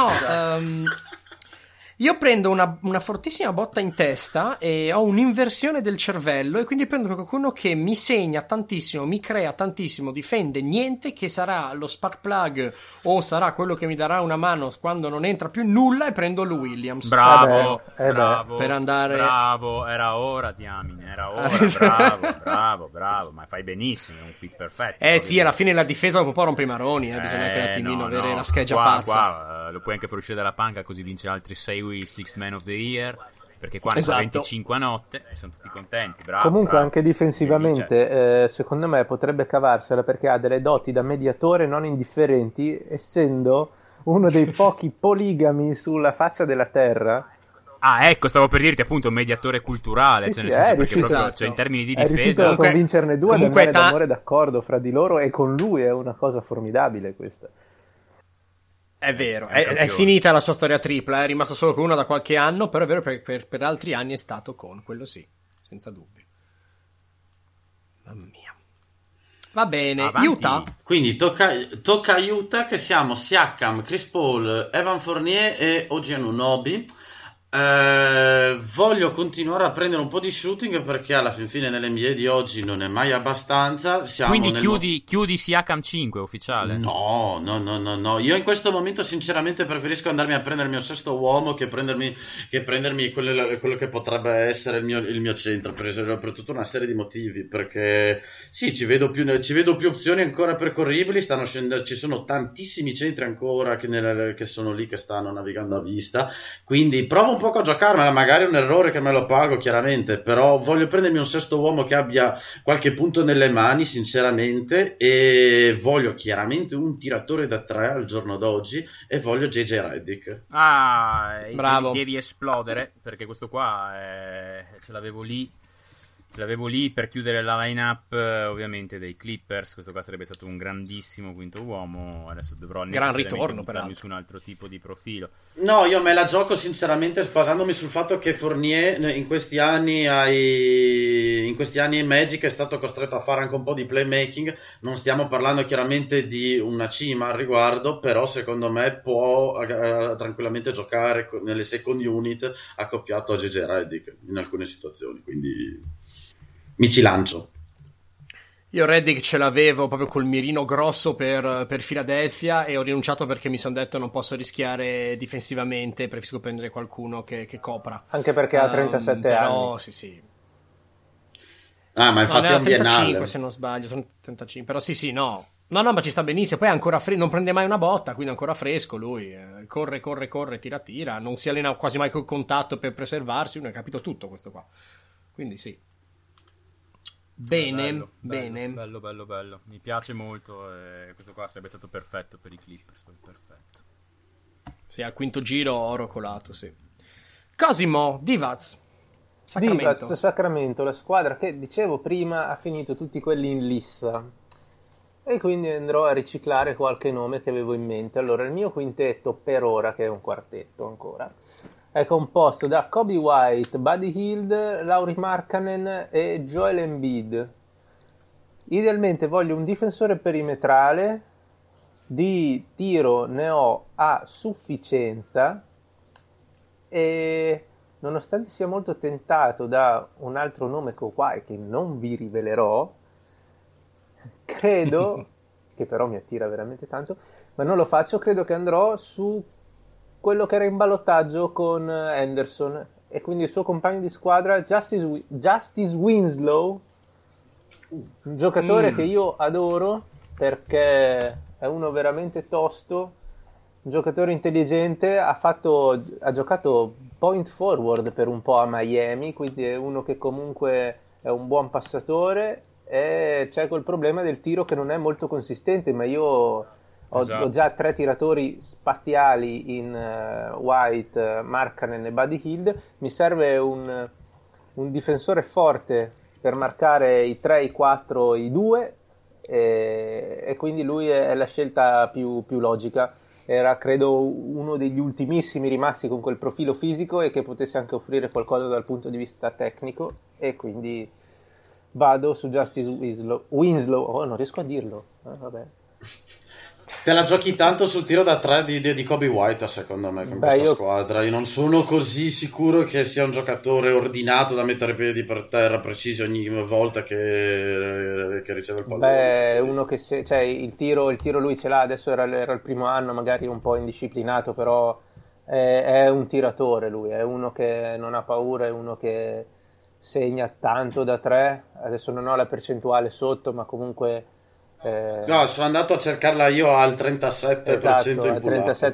io prendo una fortissima botta in testa e ho un'inversione del cervello, e quindi prendo qualcuno che mi segna tantissimo, mi crea tantissimo, difende niente, che sarà lo spark plug o sarà quello che mi darà una mano quando non entra più nulla, e prendo Lou Williams. Bravo, per andare... bravo, era ora, diamine, era ora. bravo, ma fai benissimo, è un fit perfetto. Sì, alla fine la difesa dopo un po' rompe i maroni, bisogna anche un attimino avere la scheggia pazza. Qua lo puoi anche far uscire dalla panca, così vince altri 6 Sixth Man of the Year, perché qua ne fa 25 a notte e sono tutti contenti. Comunque anche difensivamente secondo me potrebbe cavarsela, perché ha delle doti da mediatore non indifferenti, essendo uno dei pochi poligami sulla faccia della terra. Ecco, stavo per dirti appunto un mediatore culturale, nel senso, perché proprio, cioè, in termini di difesa è riuscito a convincerne due ad andare d'amore d'accordo fra di loro, e con lui è una cosa formidabile questa. È vero, è finita la sua storia tripla, è rimasto solo con una da qualche anno, però è vero per altri anni è stato con quello, sì, senza dubbio. Mamma mia. Va bene, Avanti. Utah. Quindi tocca a Utah, che siamo Siakam, Chris Paul, Evan Fournier e OG Anunoby. Voglio continuare a prendere un po' di shooting perché alla fin fine nell'NBA di oggi non è mai abbastanza. Siamo Quindi nel chiudi Siakam 5 ufficiale. No. Io in questo momento sinceramente preferisco andarmi a prendere il mio sesto uomo che prendermi quello che potrebbe essere il mio centro, per tutta una serie di motivi. Perché sì, ci vedo più opzioni ancora percorribili. Stanno scendendo, ci sono tantissimi centri ancora che sono lì, che stanno navigando a vista. Quindi provo un poco a giocarmela, magari è un errore che me lo pago chiaramente, però voglio prendermi un sesto uomo che abbia qualche punto nelle mani sinceramente, e voglio chiaramente un tiratore da 3 al giorno d'oggi e voglio JJ Redick. Bravo. Devi esplodere, perché questo qua ce l'avevo lì per chiudere la line-up, ovviamente, dei Clippers. Questo qua sarebbe stato un grandissimo quinto uomo. Adesso dovrò gran ritorno, buttarmi su un altro tipo di profilo. No, io me la gioco sinceramente basandomi sul fatto che Fournier in questi anni in Magic è stato costretto a fare anche un po' di playmaking. Non stiamo parlando chiaramente di una cima al riguardo, però secondo me può tranquillamente giocare nelle second unit accoppiato a JJ Redick in alcune situazioni, quindi mi ci lancio. Io Redick ce l'avevo proprio col mirino grosso per Philadelphia e ho rinunciato perché mi sono detto non posso rischiare difensivamente, preferisco prendere qualcuno che copra. Anche perché ha 37 però, anni. sì. Ah, ma infatti No, è ne un ha 35 biennale. se non sbaglio, sono 35, però sì, no. No, ma ci sta benissimo, poi è ancora non prende mai una botta, quindi è ancora fresco lui, corre, tira, non si allena quasi mai col contatto per preservarsi, uno ha capito tutto questo qua. Quindi sì. Bene. Bello. Mi piace molto. Questo qua sarebbe stato perfetto per i Clippers. Perfetto. Sì, al quinto giro oro colato, sì. Cosimo, Divac, Sacramento, la squadra che dicevo prima ha finito tutti quelli in lista. E quindi andrò a riciclare qualche nome che avevo in mente. Allora, il mio quintetto per ora, che è un quartetto ancora, è composto da Kobe White, Buddy Hield, Lauri Markkanen e Joel Embiid. Idealmente voglio un difensore perimetrale, di tiro ne ho a sufficienza, e nonostante sia molto tentato da un altro nome Kawhi che non vi rivelerò, credo, che però mi attira veramente tanto, ma non lo faccio, credo che andrò su quello che era in ballottaggio con Henderson, e quindi il suo compagno di squadra Justice Winslow, un giocatore che io adoro perché è uno veramente tosto, un giocatore intelligente, ha giocato point forward per un po' a Miami, quindi è uno che comunque è un buon passatore, e c'è quel problema del tiro che non è molto consistente, ma io ho già 3 tiratori spaziali in White, Markkanen e Buddy Hield. Mi serve un difensore forte per marcare i 3, i 4, i 2, e quindi lui è la scelta più logica. Era credo uno degli ultimissimi rimasti con quel profilo fisico e che potesse anche offrire qualcosa dal punto di vista tecnico, e quindi vado su Justice Winslow. Oh, non riesco a dirlo. Vabbè. Te la giochi tanto sul tiro da 3 di Kobe White, secondo me, con questa squadra. Io non sono così sicuro che sia un giocatore ordinato da mettere i piedi per terra precisi ogni volta che riceve il pallone. Uno che cioè, il tiro lui ce l'ha, adesso era il primo anno, magari un po' indisciplinato, però è un tiratore lui, è uno che non ha paura, è uno che segna tanto da 3. Adesso non ho la percentuale sotto, ma comunque no, sono andato a cercarla io al 37%. Esatto, in al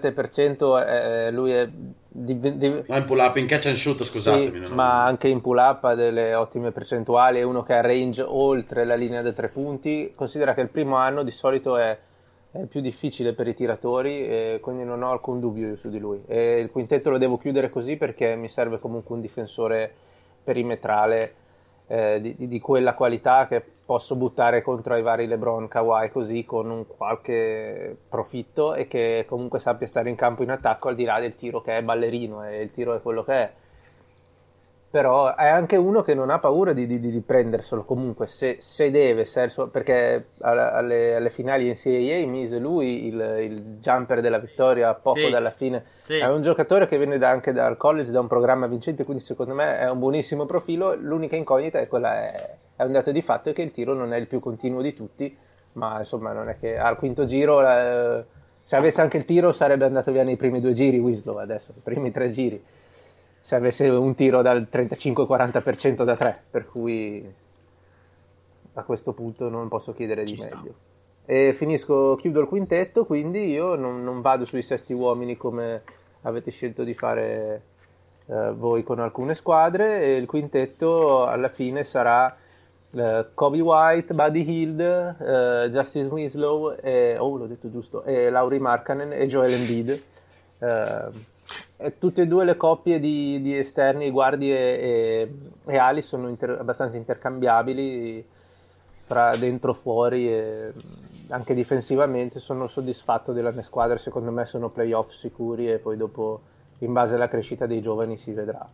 37% lui è no, in pull up, in catch and shoot, scusatemi. Sì, ma anche in pull up ha delle ottime percentuali, è uno che ha range oltre la linea da 3 punti. Considera che il primo anno di solito è più difficile per i tiratori, e quindi non ho alcun dubbio su di lui, e il quintetto lo devo chiudere così perché mi serve comunque un difensore perimetrale di quella qualità che posso buttare contro i vari LeBron, Kawhi, così, con un qualche profitto, e che comunque sappia stare in campo in attacco al di là del tiro, che è ballerino, e il tiro è quello che è. però è anche uno che non ha paura di prenderselo comunque se deve, perché alle finali NCAA mise lui il jumper della vittoria poco dalla fine. È un giocatore che viene anche dal college, da un programma vincente, quindi secondo me è un buonissimo profilo. L'unica incognita è quella, è un dato di fatto, è che il tiro non è il più continuo di tutti, ma insomma non è che al quinto giro se avesse anche il tiro sarebbe andato via nei primi 2 giri Winslow, adesso nei primi 3 giri, se avesse un tiro dal 35-40% da 3, per cui a questo punto non posso chiedere di meglio. E chiudo il quintetto, quindi io non vado sui sesti uomini come avete scelto di fare voi con alcune squadre, e il quintetto alla fine sarà Kobe White, Buddy Hield, Justice Winslow l'ho detto giusto, e Lauri Markkanen e Joel Embiid. Tutte e due le coppie di esterni, guardie e ali sono abbastanza intercambiabili fra dentro e fuori, e anche difensivamente sono soddisfatto della mia squadra. Secondo me sono playoff sicuri, e poi dopo in base alla crescita dei giovani si vedrà.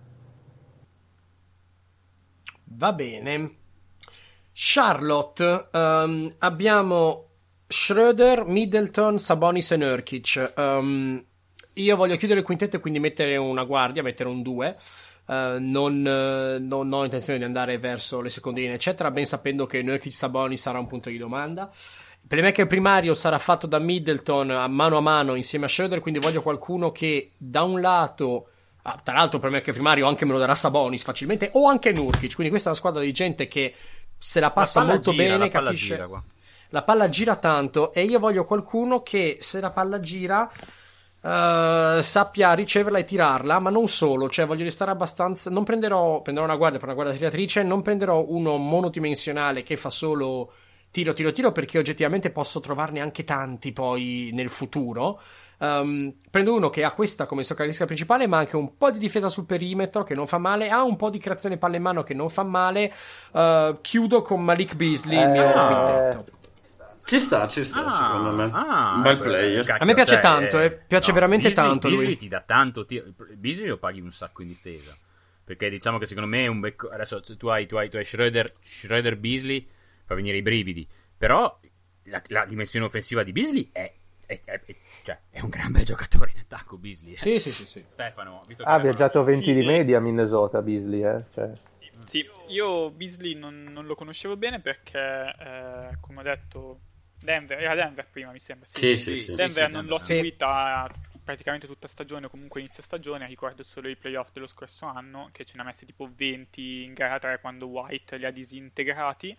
Va bene. Charlotte, abbiamo Schroeder, Middleton, Sabonis e Nurkic. Io voglio chiudere il quintetto e quindi mettere una guardia, mettere un 2. Non ho intenzione di andare verso le secondine eccetera, ben sapendo che Nurkic Sabonis sarà un punto di domanda. Il playmaker primario sarà fatto da Middleton a mano insieme a Schroeder, quindi voglio qualcuno che da un lato, tra l'altro il playmaker primario anche me lo darà Sabonis facilmente, o anche Nurkic, quindi questa è una squadra di gente che se la passa molto bene, capisce, la palla gira tanto, e io voglio qualcuno che se la palla gira sappia riceverla e tirarla, ma non solo, cioè voglio restare abbastanza, non prenderò una guardia per una guardia tiratrice, non prenderò uno monodimensionale che fa solo tiro, perché oggettivamente posso trovarne anche tanti poi nel futuro. Prendo uno che ha questa come sua caratteristica principale, ma anche un po' di difesa sul perimetro che non fa male, ha un po' di creazione palle in mano che non fa male. Chiudo con Malik Beasley, il mio quintetto. Ci sta, secondo me. Un bel player. Cacchio, a me piace tanto, piace veramente Beasley, tanto lui. Beasley ti dà tanto. Beasley lo paghi un sacco in difesa. Perché diciamo che secondo me è un becco. Adesso tu hai Schroeder Beasley, fa venire i brividi. Però la dimensione offensiva di Beasley è un gran bel giocatore in attacco. Beasley. Sì. Stefano, ha viaggiato 20 di media a Minnesota Beasley, cioè. Sì, io Beasley non lo conoscevo bene perché, come ho detto, era Denver prima, mi sembra. Sì. Denver non l'ho seguita praticamente tutta stagione, o comunque inizio stagione. Ricordo solo i playoff dello scorso anno, che ce ne ha messi tipo 20 in gara 3 quando White li ha disintegrati.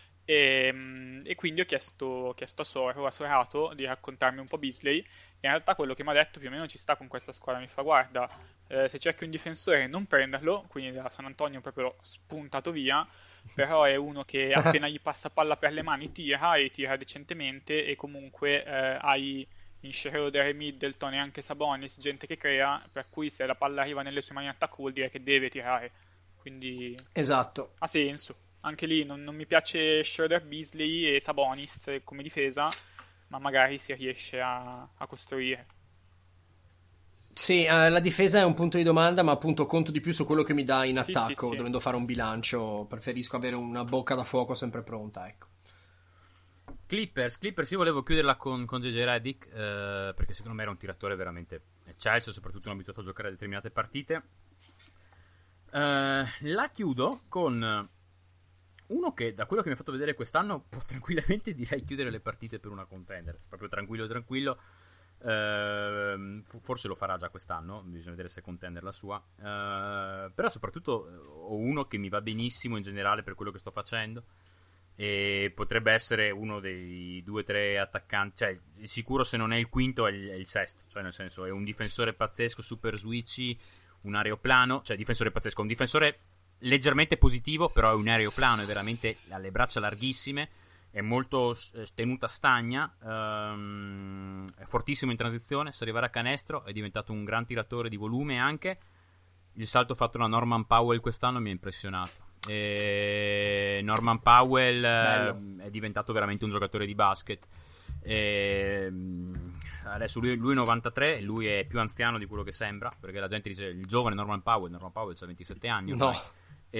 E quindi ho chiesto a Sorato di raccontarmi un po' Beasley, e in realtà quello che mi ha detto più o meno ci sta con questa squadra. Mi fa: guarda, se cerchi un difensore non prenderlo, quindi da San Antonio proprio spuntato via, però è uno che appena gli passa palla per le mani tira, e tira decentemente, e comunque hai in Schroeder e Middleton e anche Sabonis gente che crea, per cui se la palla arriva nelle sue mani in attacco vuol dire che deve tirare, quindi esatto, ha senso. Anche lì non mi piace Schroeder, Beasley e Sabonis come difesa, ma magari si riesce a costruire. Sì, la difesa è un punto di domanda, ma appunto conto di più su quello che mi dà in attacco. Sì. Dovendo fare un bilancio, preferisco avere una bocca da fuoco sempre pronta, ecco. Clippers, io volevo chiuderla con JJ Redick, perché secondo me era un tiratore veramente eccelso, soprattutto non abituato a giocare a determinate partite. La chiudo con uno che, da quello che mi ha fatto vedere quest'anno, può tranquillamente, direi, chiudere le partite per una contender, proprio tranquillo. Forse lo farà già quest'anno, bisogna vedere se è contender la sua, però soprattutto ho uno che mi va benissimo in generale per quello che sto facendo, e potrebbe essere uno dei 2-3 attaccanti, cioè sicuro, se non è il quinto è il sesto, cioè nel senso è un difensore pazzesco, super switchy, un aeroplano, cioè difensore pazzesco, un difensore leggermente positivo, però è un aeroplano, è veramente, ha le braccia larghissime, è molto tenuta stagna, è fortissimo in transizione, se arrivare a canestro è diventato un gran tiratore di volume anche. Il salto fatto da Norman Powell quest'anno mi ha impressionato, e Norman Powell è diventato veramente un giocatore di basket, adesso lui è 93, lui è più anziano di quello che sembra, perché la gente dice il giovane Norman Powell ha 27 anni ormai. No.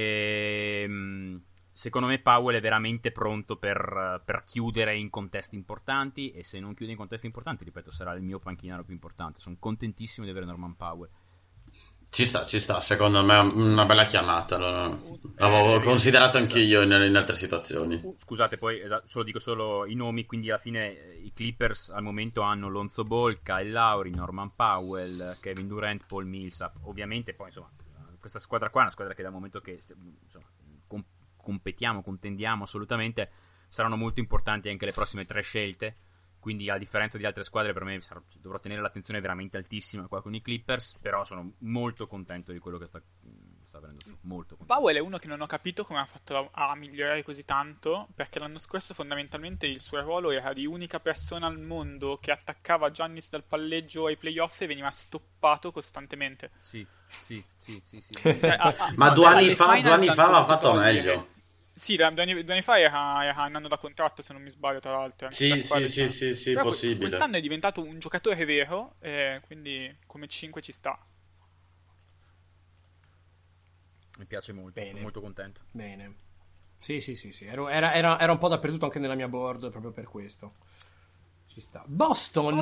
Secondo me Powell è veramente pronto per chiudere in contesti importanti, e se non chiude in contesti importanti, ripeto, sarà il mio panchiniero più importante. Sono contentissimo di avere Norman Powell. Ci sta, secondo me è una bella chiamata, l'avevo considerato anch'io in altre situazioni. Scusate, poi dico solo i nomi, quindi alla fine i Clippers al momento hanno Lonzo Ball, Kyle Lowry, Norman Powell, Kevin Durant, Paul Millsap. Ovviamente poi insomma questa squadra qua è una squadra che dal momento che insomma, contendiamo assolutamente, saranno molto importanti anche le prossime 3 scelte. Quindi a differenza di altre squadre per me dovrò tenere l'attenzione veramente altissima qua con i Clippers, però sono molto contento di quello che sta venendo su, molto contento. Powell è uno che non ho capito come ha fatto a migliorare così tanto, perché l'anno scorso fondamentalmente il suo ruolo era di unica persona al mondo che attaccava Giannis dal palleggio ai playoff e veniva stoppato costantemente. Sì. Cioè, Ma 2 anni fa aveva fatto meglio. Sì, 2 anni fa era un anno da contratto, se non mi sbaglio, tra l'altro. Sì, Però possibile. quest'anno è diventato un giocatore vero, quindi come 5 ci sta. Mi piace molto, Bene. sono molto contento. Bene. Sì. Era un po' dappertutto anche nella mia board, proprio per questo. Ci sta. Boston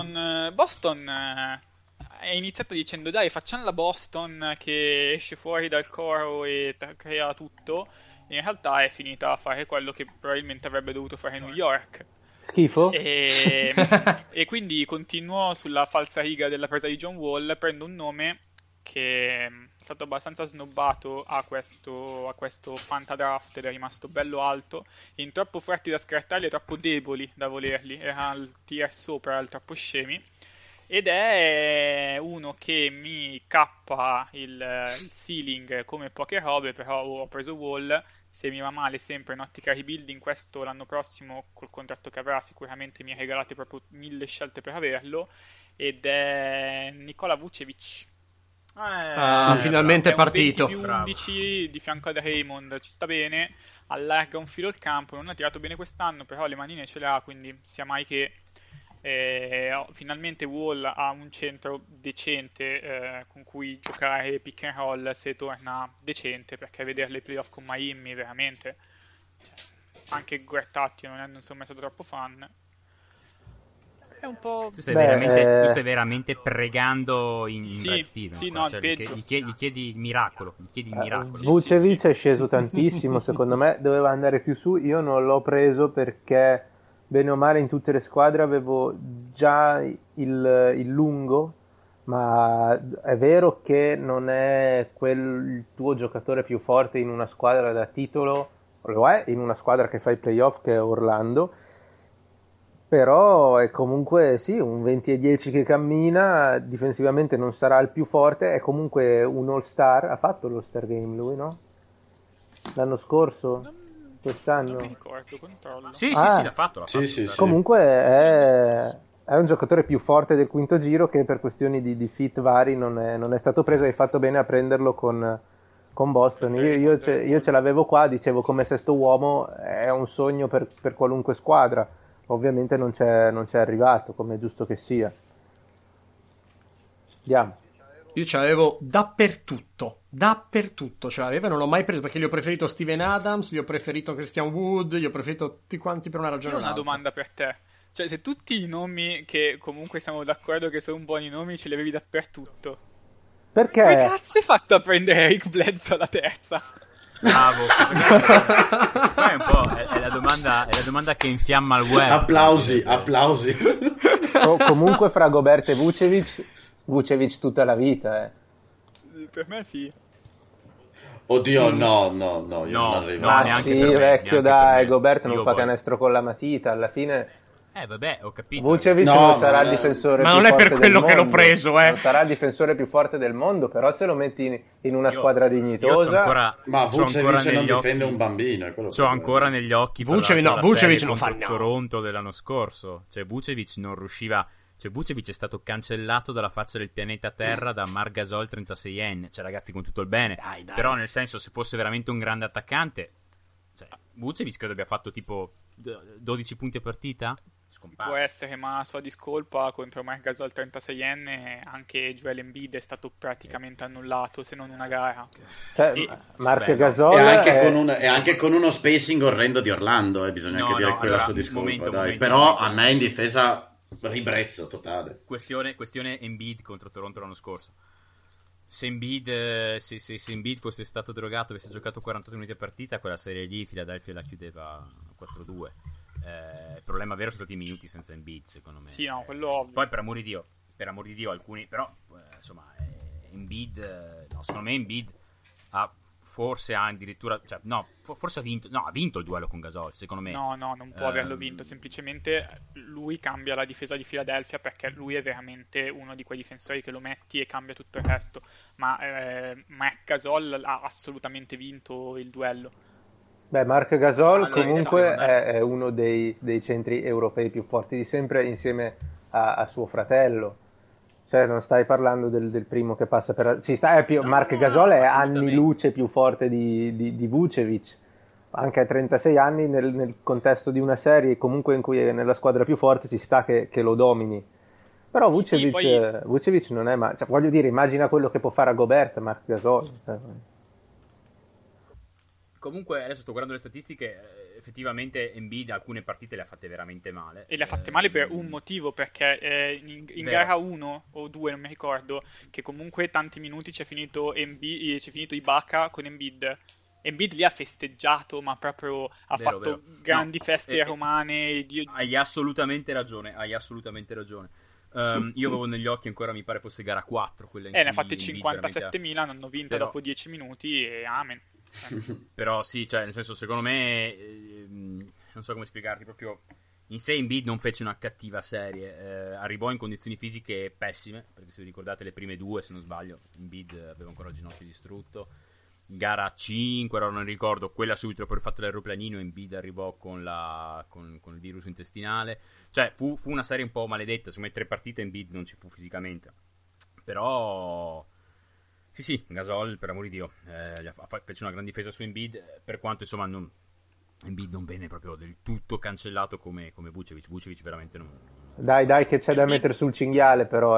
è iniziato dicendo dai, facciamo la Boston che esce fuori dal coro e crea tutto. In realtà è finita a fare quello che probabilmente avrebbe dovuto fare New York. Schifo. E quindi continuo sulla falsariga della presa di John Wall, prendo un nome che è stato abbastanza snobbato a questo fantadraft ed è rimasto bello alto, in troppo forti da scartarli e troppo deboli da volerli, era il tier sopra, erano troppo scemi, ed è uno che mi cappa il ceiling come poche robe, però ho preso Wall. Se mi va male sempre in ottica rebuilding, questo l'anno prossimo col contratto che avrà sicuramente mi ha regalate proprio 1000 scelte per averlo, ed è Nikola Vucevic. Finalmente è un 20 partito. più 11 di fianco ad Raymond, ci sta bene, allarga un filo il campo, non ha tirato bene quest'anno, però le manine ce le ha, quindi sia mai che finalmente Wall ha un centro decente con cui giocare pick and roll se torna decente, perché vedere le playoff con Miami veramente, anche Guertatti non sono mai stato troppo fan. È un po'... Tu stai veramente pregando in Sì, Brad Stevens, sì, qua. no, Cioè, peggio. gli chiedi miracolo. Vucevic sì. è sceso tantissimo, secondo me doveva andare più su. Io non l'ho preso perché bene o male in tutte le squadre avevo già il lungo, ma è vero che non è il tuo giocatore più forte in una squadra da titolo, lo è in una squadra che fa i playoff, che è Orlando, però è comunque sì, un 20-10 che cammina, difensivamente non sarà il più forte, è comunque un all-star. Ha fatto l'all-star game lui, no? L'anno scorso? Quest'anno? Non mi ricordo, controllo. Sì, l'ha fatto. Sì. Comunque è un giocatore più forte del quinto giro, che per questioni di fit vari non è stato preso. Hai fatto bene a prenderlo con Boston. Io ce l'avevo qua, dicevo come sesto uomo è un sogno per qualunque squadra. Ovviamente non c'è arrivato, come è giusto che sia. Andiamo. Io ce l'avevo dappertutto ce l'avevo e non l'ho mai preso, perché gli ho preferito Steven Adams, gli ho preferito Christian Wood, gli ho preferito tutti quanti per una ragione Io o ho una un'altra. domanda per te. Cioè, se tutti i nomi che comunque siamo d'accordo che sono buoni nomi ce li avevi dappertutto, Perché? come cazzo hai fatto a prendere Eric Bledsoe alla terza? Bravo. Qua è un po' è la domanda che infiamma il web. Applausi. Comunque fra Gobert e Vucevic tutta la vita, Per me sì. Oddio, no, io non arrivo. Ma neanche sì, per me, vecchio, neanche dai, per me. Gobert non Io fa voglio. canestro con la matita, alla fine Vabbè, ho capito. Vucevic No, non ma sarà non il è- difensore Ma più non è forte per quello del che l'ho mondo. preso, Non sarà il difensore più forte del mondo, però se lo metti in una squadra dignitosa... Ma Vucevic non negli difende occhi. un bambino, è quello C'ho ancora negli occhi Vucevic non fa, contro no. Toronto dell'anno scorso. Cioè Vucevic non riusciva. Cioè Vucevic è stato cancellato dalla faccia del pianeta Terra da Marc Gasol 36enne. Cioè ragazzi, con tutto il bene, Dai. però nel senso, se fosse veramente un grande attaccante, cioè Vucevic credo abbia fatto tipo 12 punti a partita. scomparso. Può essere, ma a sua discolpa contro Marc Gasol 36enne anche Joel Embiid è stato praticamente annullato, se non una gara. Cioè, E- Marc Beh, Gasol E anche con uno spacing orrendo di Orlando, bisogna No, anche dire no, quella allora, sua discolpa, momento, dai. momento, Però momento. a me in difesa ribrezzo totale. Questione Embiid contro Toronto l'anno scorso. Se Embiid, se Embiid fosse stato drogato e avesse giocato 48 minuti a partita, quella serie lì Philadelphia la chiudeva 4-2. Il problema vero sono stati i minuti senza Embiid, secondo me. Sì, no, quello ovvio. Poi per amor di Dio alcuni, però insomma Embiid, no, secondo me Embiid forse ha addirittura, cioè no, forse ha vinto il duello con Gasol, secondo me. No, non può averlo vinto, semplicemente lui cambia la difesa di Philadelphia perché lui è veramente uno di quei difensori che lo metti e cambia tutto il resto, ma Marc Gasol ha assolutamente vinto il duello. Beh, Marc Gasol Allora, comunque esatto, è uno dei centri europei più forti di sempre, insieme a suo fratello. Cioè, non stai parlando del primo che passa per... Marc Gasol è assolutamente. anni luce più forte di Vucevic. Anche a 36 anni, nel contesto di una serie, comunque in cui è nella squadra più forte, ci sta che lo domini. Però Vucevic, Sì, poi- Vucevic non è... Cioè, voglio dire, immagina quello che può fare a Gobert, Marc Gasol. Comunque adesso sto guardando le statistiche, effettivamente Embiid alcune partite le ha fatte veramente male. E le ha fatte male per un motivo, perché in Vero. gara 1 o 2, non mi ricordo, che comunque tanti minuti c'è finito Ibaka con Embiid. Embiid lì ha festeggiato, ma proprio ha Vero, fatto vero. grandi No, feste romane. Hai assolutamente ragione. Io avevo negli occhi ancora, mi pare fosse gara 4 quella in cui Ne ha fatte Embiid 57.000, non hanno vinto Però- dopo 10 minuti e amen. Però sì, cioè nel senso, secondo me non so come spiegarti, proprio in sé Embiid non fece una cattiva serie, arrivò in condizioni fisiche pessime, perché se vi ricordate le prime due, se non sbaglio, Embiid aveva ancora il ginocchio distrutto. Gara 5, ora non ricordo, quella subito per il fatto dell'aeroplanino, Embiid arrivò con il virus intestinale. Cioè fu una serie un po' maledetta, secondo me 3 partite Embiid non ci fu fisicamente. Però sì, Gasol, per amor di Dio, fece una gran difesa su Embiid, per quanto insomma Embiid non venne proprio del tutto cancellato come Vucevic veramente non... Dai, che c'è da mettere sul cinghiale, però,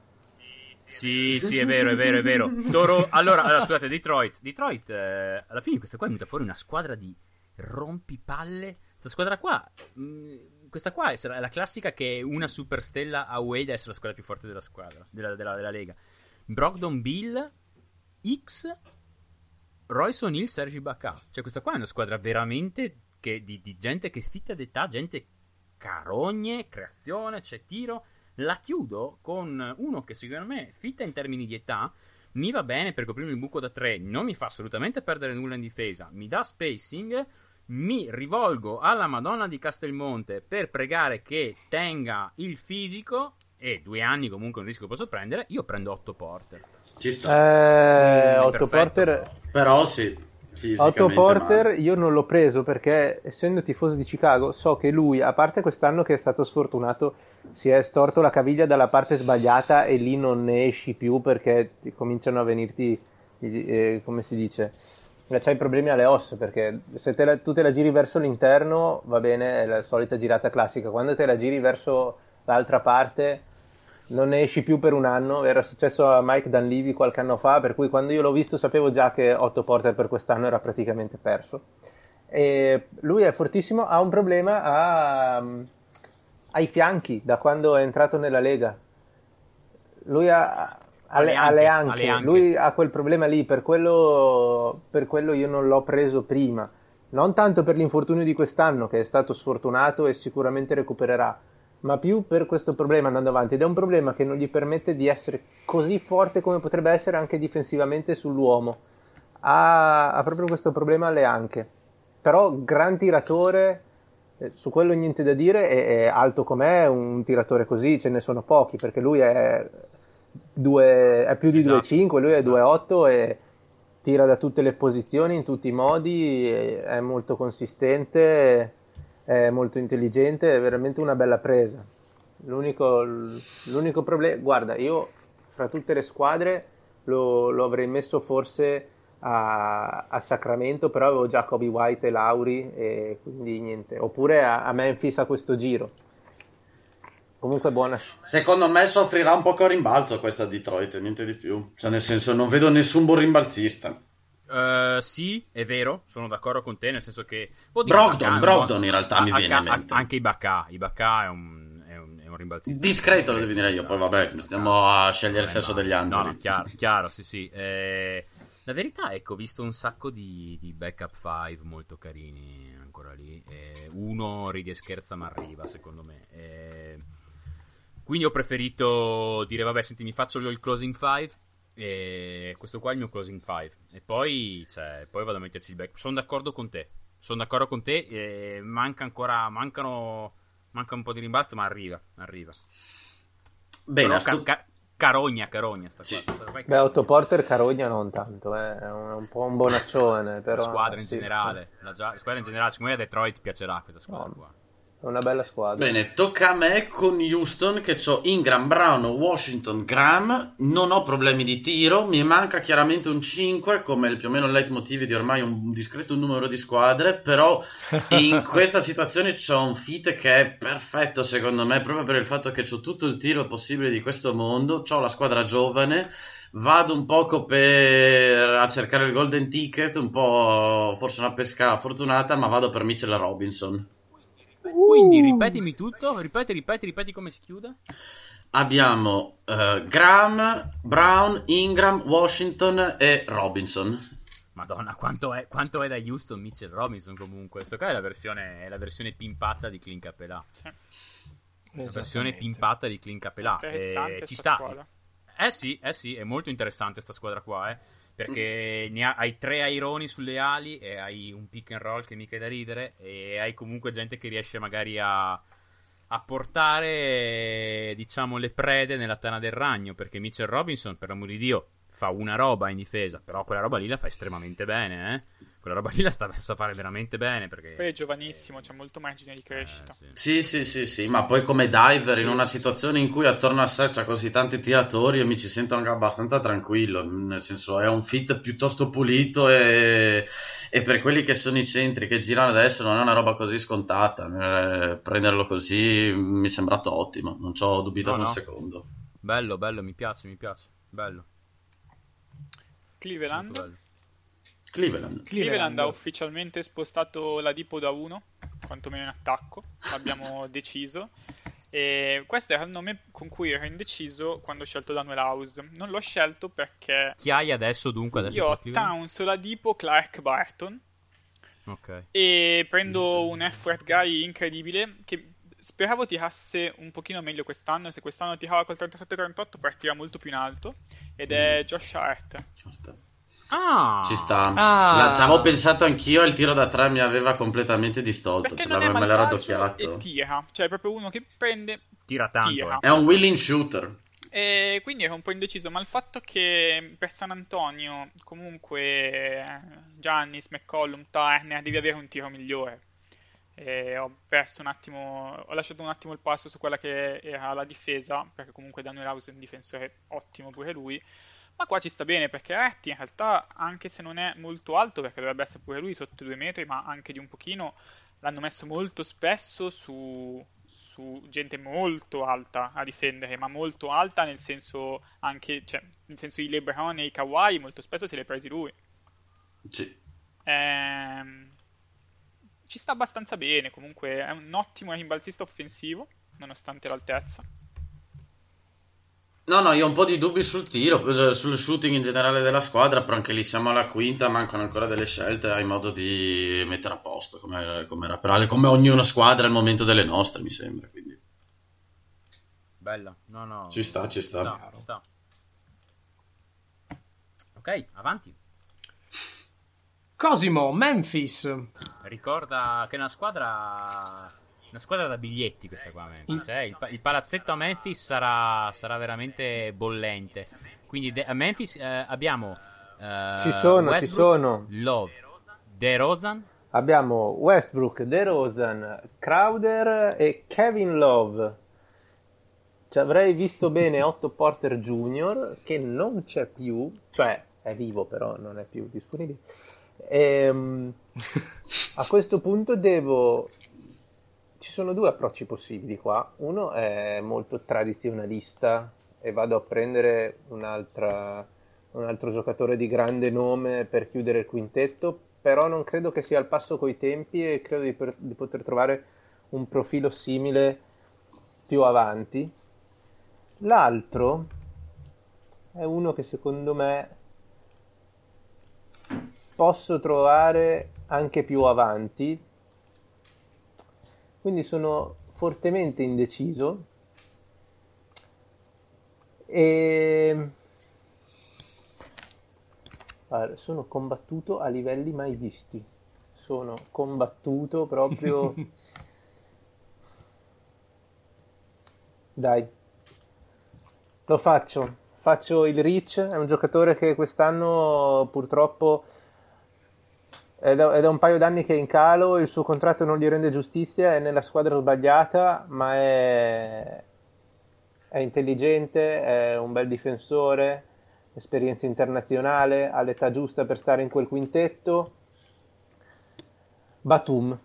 Sì, è vero. Allora, scusate, Detroit alla fine questa qua è venuta fuori una squadra di rompipalle. Questa squadra qua, questa qua è la classica che una superstella a Wade essere la squadra più forte della squadra, della Lega. Brogdon Bill, X, Royce O'Neal, Serge Ibaka. Cioè questa qua è una squadra veramente di gente che fitta d'età, gente carogne, creazione, c'è tiro. La chiudo con uno che secondo me fitta in termini di età, mi va bene per coprirmi il buco da 3, non mi fa assolutamente perdere nulla in difesa, mi dà spacing, mi rivolgo alla Madonna di Castelmonte per pregare che tenga il fisico, e 2 anni comunque è un rischio che posso prendere, io prendo Otto Porter. Ci sta. Otto Porter... Però sì, fisicamente Otto Porter male. io non l'ho preso perché, essendo tifoso di Chicago, so che lui, a parte quest'anno che è stato sfortunato, si è storto la caviglia dalla parte sbagliata e lì non ne esci più perché cominciano a venirti, come si dice, c'hai problemi alle ossa, perché se tu te la giri verso l'interno va bene, è la solita girata classica, quando te la giri verso l'altra parte non ne esci più per un anno. Era successo a Mike Dunleavy qualche anno fa, per cui quando io l'ho visto sapevo già che Otto Porter per quest'anno era praticamente perso. E lui è fortissimo, ha un problema ai fianchi da quando è entrato nella Lega. Lui ha alle anche. Lui ha quel problema lì, per quello io non l'ho preso prima, non tanto per l'infortunio di quest'anno che è stato sfortunato e sicuramente recupererà, ma più per questo problema andando avanti, ed è un problema che non gli permette di essere così forte come potrebbe essere anche difensivamente sull'uomo. Ha proprio questo problema alle anche, però gran tiratore, su quello niente da dire, è alto com'è, un tiratore così ce ne sono pochi, perché lui è più di 2,5, lui è 2,8 e tira da tutte le posizioni, in tutti i modi, è molto consistente, è molto intelligente, è veramente una bella presa. L'unico problema, guarda, io fra tutte le squadre lo avrei messo forse a Sacramento, però avevo già Kobe White e Lauri e quindi niente, oppure a Memphis a questo giro, Comunque buona. Secondo me soffrirà un poco a rimbalzo questa Detroit, niente di più. Cioè, nel senso, non vedo nessun buon rimbalzista. Sì, è vero, sono d'accordo con te, nel senso che Brogdon in realtà mi viene in mente. Anche Ibaka è un rimbalzista discreto, lo devi dire io, poi vabbè, stiamo a scegliere il sesso degli angeli. No, chiaro, sì. La verità è che ho visto un sacco di backup 5 molto carini ancora lì. Uno ride e scherza ma arriva, secondo me. Quindi ho preferito dire, vabbè, senti, mi faccio il closing 5. E questo qua è il mio closing 5. E poi vado a metterci il back. Sono d'accordo con te. Manca un po' di rimbalzo, ma arriva. Bene, Carogna sta sì. qua. Beh, Otto Porter Carogna non tanto, è un po' un bonaccione, però. La squadra in generale, secondo me a Detroit piacerà questa squadra qua. È una bella squadra. Bene, tocca a me con Houston, che ho Ingram, Brown, Washington, Graham. Non ho problemi di tiro, mi manca chiaramente un 5, come più o meno il leitmotiv di ormai un discreto numero di squadre, però in questa situazione c'ho un fit che è perfetto secondo me, proprio per il fatto che c'ho tutto il tiro possibile di questo mondo, c'ho la squadra giovane, vado un poco a cercare il golden ticket, un po' forse una pesca fortunata, ma vado per Mitchell Robinson. Quindi ripetimi tutto, ripeti come si chiude. Abbiamo Graham, Brown, Ingram, Washington e Robinson. Madonna, quanto è da Houston Mitchell Robinson comunque. Questo qua è la versione pimpata di Clint Capela. Sì. La versione pimpata di Clint Capela. Ci sta. Squadra. Sì, è molto interessante sta squadra qua, perché hai 3 aironi sulle ali e hai un pick and roll che mica è da ridere, e hai comunque gente che riesce magari a portare, diciamo, le prede nella tana del ragno, perché Mitchell Robinson, per l'amor di Dio, fa una roba in difesa, però quella roba lì la fa estremamente bene, quella roba lì la sta a fare veramente bene, perché poi è giovanissimo, c'è molto margine di crescita. Sì, ma poi come diver in una situazione in cui attorno a sé c'ha così tanti tiratori, io mi ci sento anche abbastanza tranquillo, nel senso è un fit piuttosto pulito e per quelli che sono i centri che girano adesso non è una roba così scontata, prenderlo così mi è sembrato ottimo, non ci ho dubitato un secondo. Bello, mi piace, bello. Cleveland ha ufficialmente spostato la Dipo da 1, quantomeno in attacco, l'abbiamo deciso. E questo era il nome con cui ero indeciso quando ho scelto Danuel House. Non l'ho scelto perché... Chi hai adesso dunque? Io ho Towns, Oladipo, Clark, Barton. Ok. E prendo un effort guy incredibile che speravo tirasse un pochino meglio quest'anno. Se quest'anno tirava col 37-38 partirà molto più in alto. Ed è Josh Hart. Certo. Ci sta. Ci avevo pensato anch'io, il tiro da 3 mi aveva completamente distolto, me l'ero adocchiato. E tira, cioè è proprio uno che prende, tira tanto. È un willing shooter. E quindi ero un po' indeciso, ma il fatto che per San Antonio comunque Giannis, McCollum, Turner devi avere un tiro migliore. Ho lasciato un attimo il passo su quella che era la difesa, perché comunque Danuel House è un difensore ottimo pure lui. Ma qua ci sta bene, perché Hart in realtà, anche se non è molto alto, perché dovrebbe essere pure lui sotto 2 metri, ma anche di un pochino, l'hanno messo molto spesso su gente molto alta a difendere, ma molto alta nel senso anche, cioè, nel senso i LeBron e i Kawhi molto spesso se li ha presi lui. Sì. Ci sta abbastanza bene, comunque è un ottimo rimbalzista offensivo, nonostante l'altezza. No, io ho un po' di dubbi sul tiro, sul shooting in generale della squadra, però anche lì siamo alla quinta, mancano ancora delle scelte, hai modo di mettere a posto come ognuna squadra al momento delle nostre, mi sembra, quindi. Bella, no. Ci sta. Ok, avanti. Cosimo, Memphis. Ricorda che è una squadra da biglietti questa qua, Memphis, il palazzetto a Memphis sarà veramente bollente. Quindi a Memphis abbiamo ci sono Love, DeRozan. Abbiamo Westbrook, DeRozan, Crowder e Kevin Love. Ci avrei visto bene Otto Porter Jr., che non c'è più, cioè è vivo però non è più disponibile. A questo punto devo ci sono due approcci possibili qua. Uno è molto tradizionalista e vado a prendere un altro giocatore di grande nome per chiudere il quintetto, però non credo che sia al passo coi tempi e credo di poter trovare un profilo simile più avanti. L'altro è uno che secondo me posso trovare anche più avanti, quindi sono fortemente indeciso e allora, sono combattuto a livelli mai visti, sono combattuto proprio dai, lo faccio il Reach, è un giocatore che quest'anno purtroppo è da un paio d'anni che è in calo, il suo contratto non gli rende giustizia, è nella squadra sbagliata, ma è intelligente, è un bel difensore, esperienza internazionale, ha l'età giusta per stare in quel quintetto. Batum.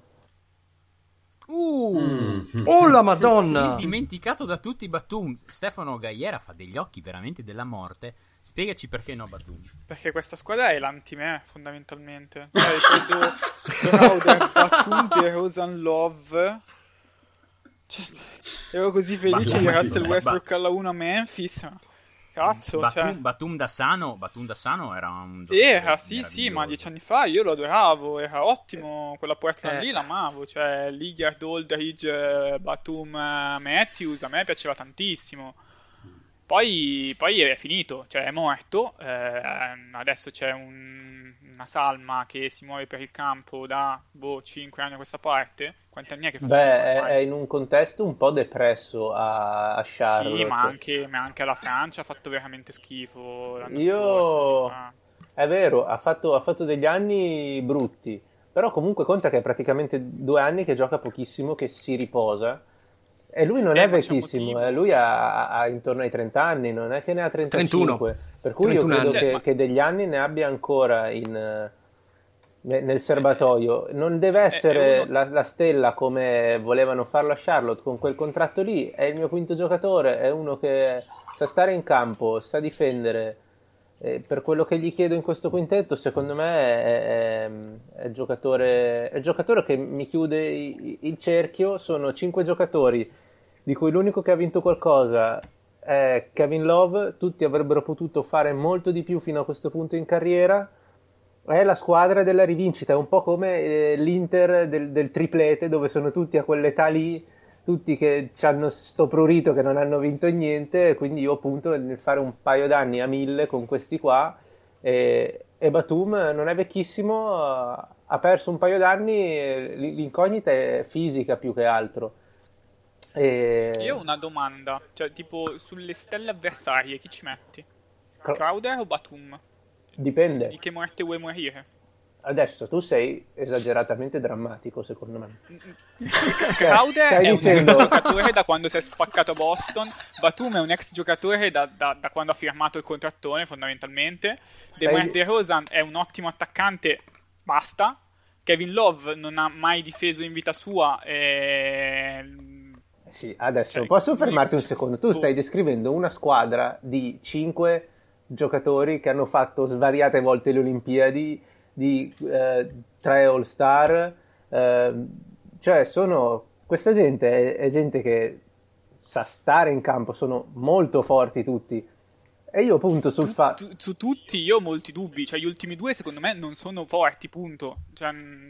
Oh la Madonna! Il dimenticato da tutti Batum. Stefano Gaiera fa degli occhi veramente della morte. Spiegaci perché no Batum. Perché questa squadra è l'anti-me, fondamentalmente. Hai preso Crowder, Batum, DeRozan, Love. Cioè, ero così felice di Russell Westbrook alla 1 a Memphis. Cazzo, Batum da Sano era un era, sì, ma 10 anni fa io lo adoravo, era ottimo, quella Portland lì l'amavo, cioè Lillard, Aldridge, Batum, Matthews, a me piaceva tantissimo. Poi è finito, cioè è morto, adesso c'è una salma che si muove per il campo da 5 anni a questa parte. Quanti anni è che fa schifo? È in un contesto un po' depresso a Charlotte. Sì, ma anche alla Francia ha fatto veramente schifo l'anno scorso. Fa. È vero, ha fatto degli anni brutti, però comunque conta che è praticamente 2 anni che gioca pochissimo, che si riposa. E lui non è vecchissimo, lui ha intorno ai 30 anni, non è che ne ha 35. 31. Per cui 31 io credo che degli anni ne abbia ancora nel serbatoio. Non deve essere la stella come volevano farlo a Charlotte con quel contratto lì. È il mio quinto giocatore, è uno che sa stare in campo, sa difendere. Per quello che gli chiedo in questo quintetto, secondo me è il giocatore che mi chiude il cerchio. Sono 5 giocatori di cui l'unico che ha vinto qualcosa è Kevin Love. Tutti avrebbero potuto fare molto di più fino a questo punto in carriera. È la squadra della rivincita, è un po' come l'Inter del triplete, dove sono tutti a quell'età lì, tutti che hanno sto prurito che non hanno vinto niente, quindi io punto nel fare un paio d'anni a 1000 con questi qua, e Batum non è vecchissimo, ha perso un paio d'anni, l'incognita è fisica più che altro. Io ho una domanda, cioè tipo sulle stelle avversarie chi ci metti? Crowder o Batum? Dipende. Di che morte vuoi morire? Adesso tu sei esageratamente drammatico, secondo me. Crowder è un ex giocatore da quando si è spaccato a Boston. Batum è un ex giocatore da quando ha firmato il contrattone, fondamentalmente. DeMar DeRozan è un ottimo attaccante, basta. Kevin Love non ha mai difeso in vita sua. Sì, adesso posso fermarti un secondo? Tu stai descrivendo una squadra di 5 giocatori che hanno fatto svariate volte le Olimpiadi, di 3 All-Star, cioè questa gente è gente che sa stare in campo, sono molto forti tutti, e io punto sul fatto su tutti io ho molti dubbi, cioè gli ultimi 2 secondo me non sono forti, punto. Cioè,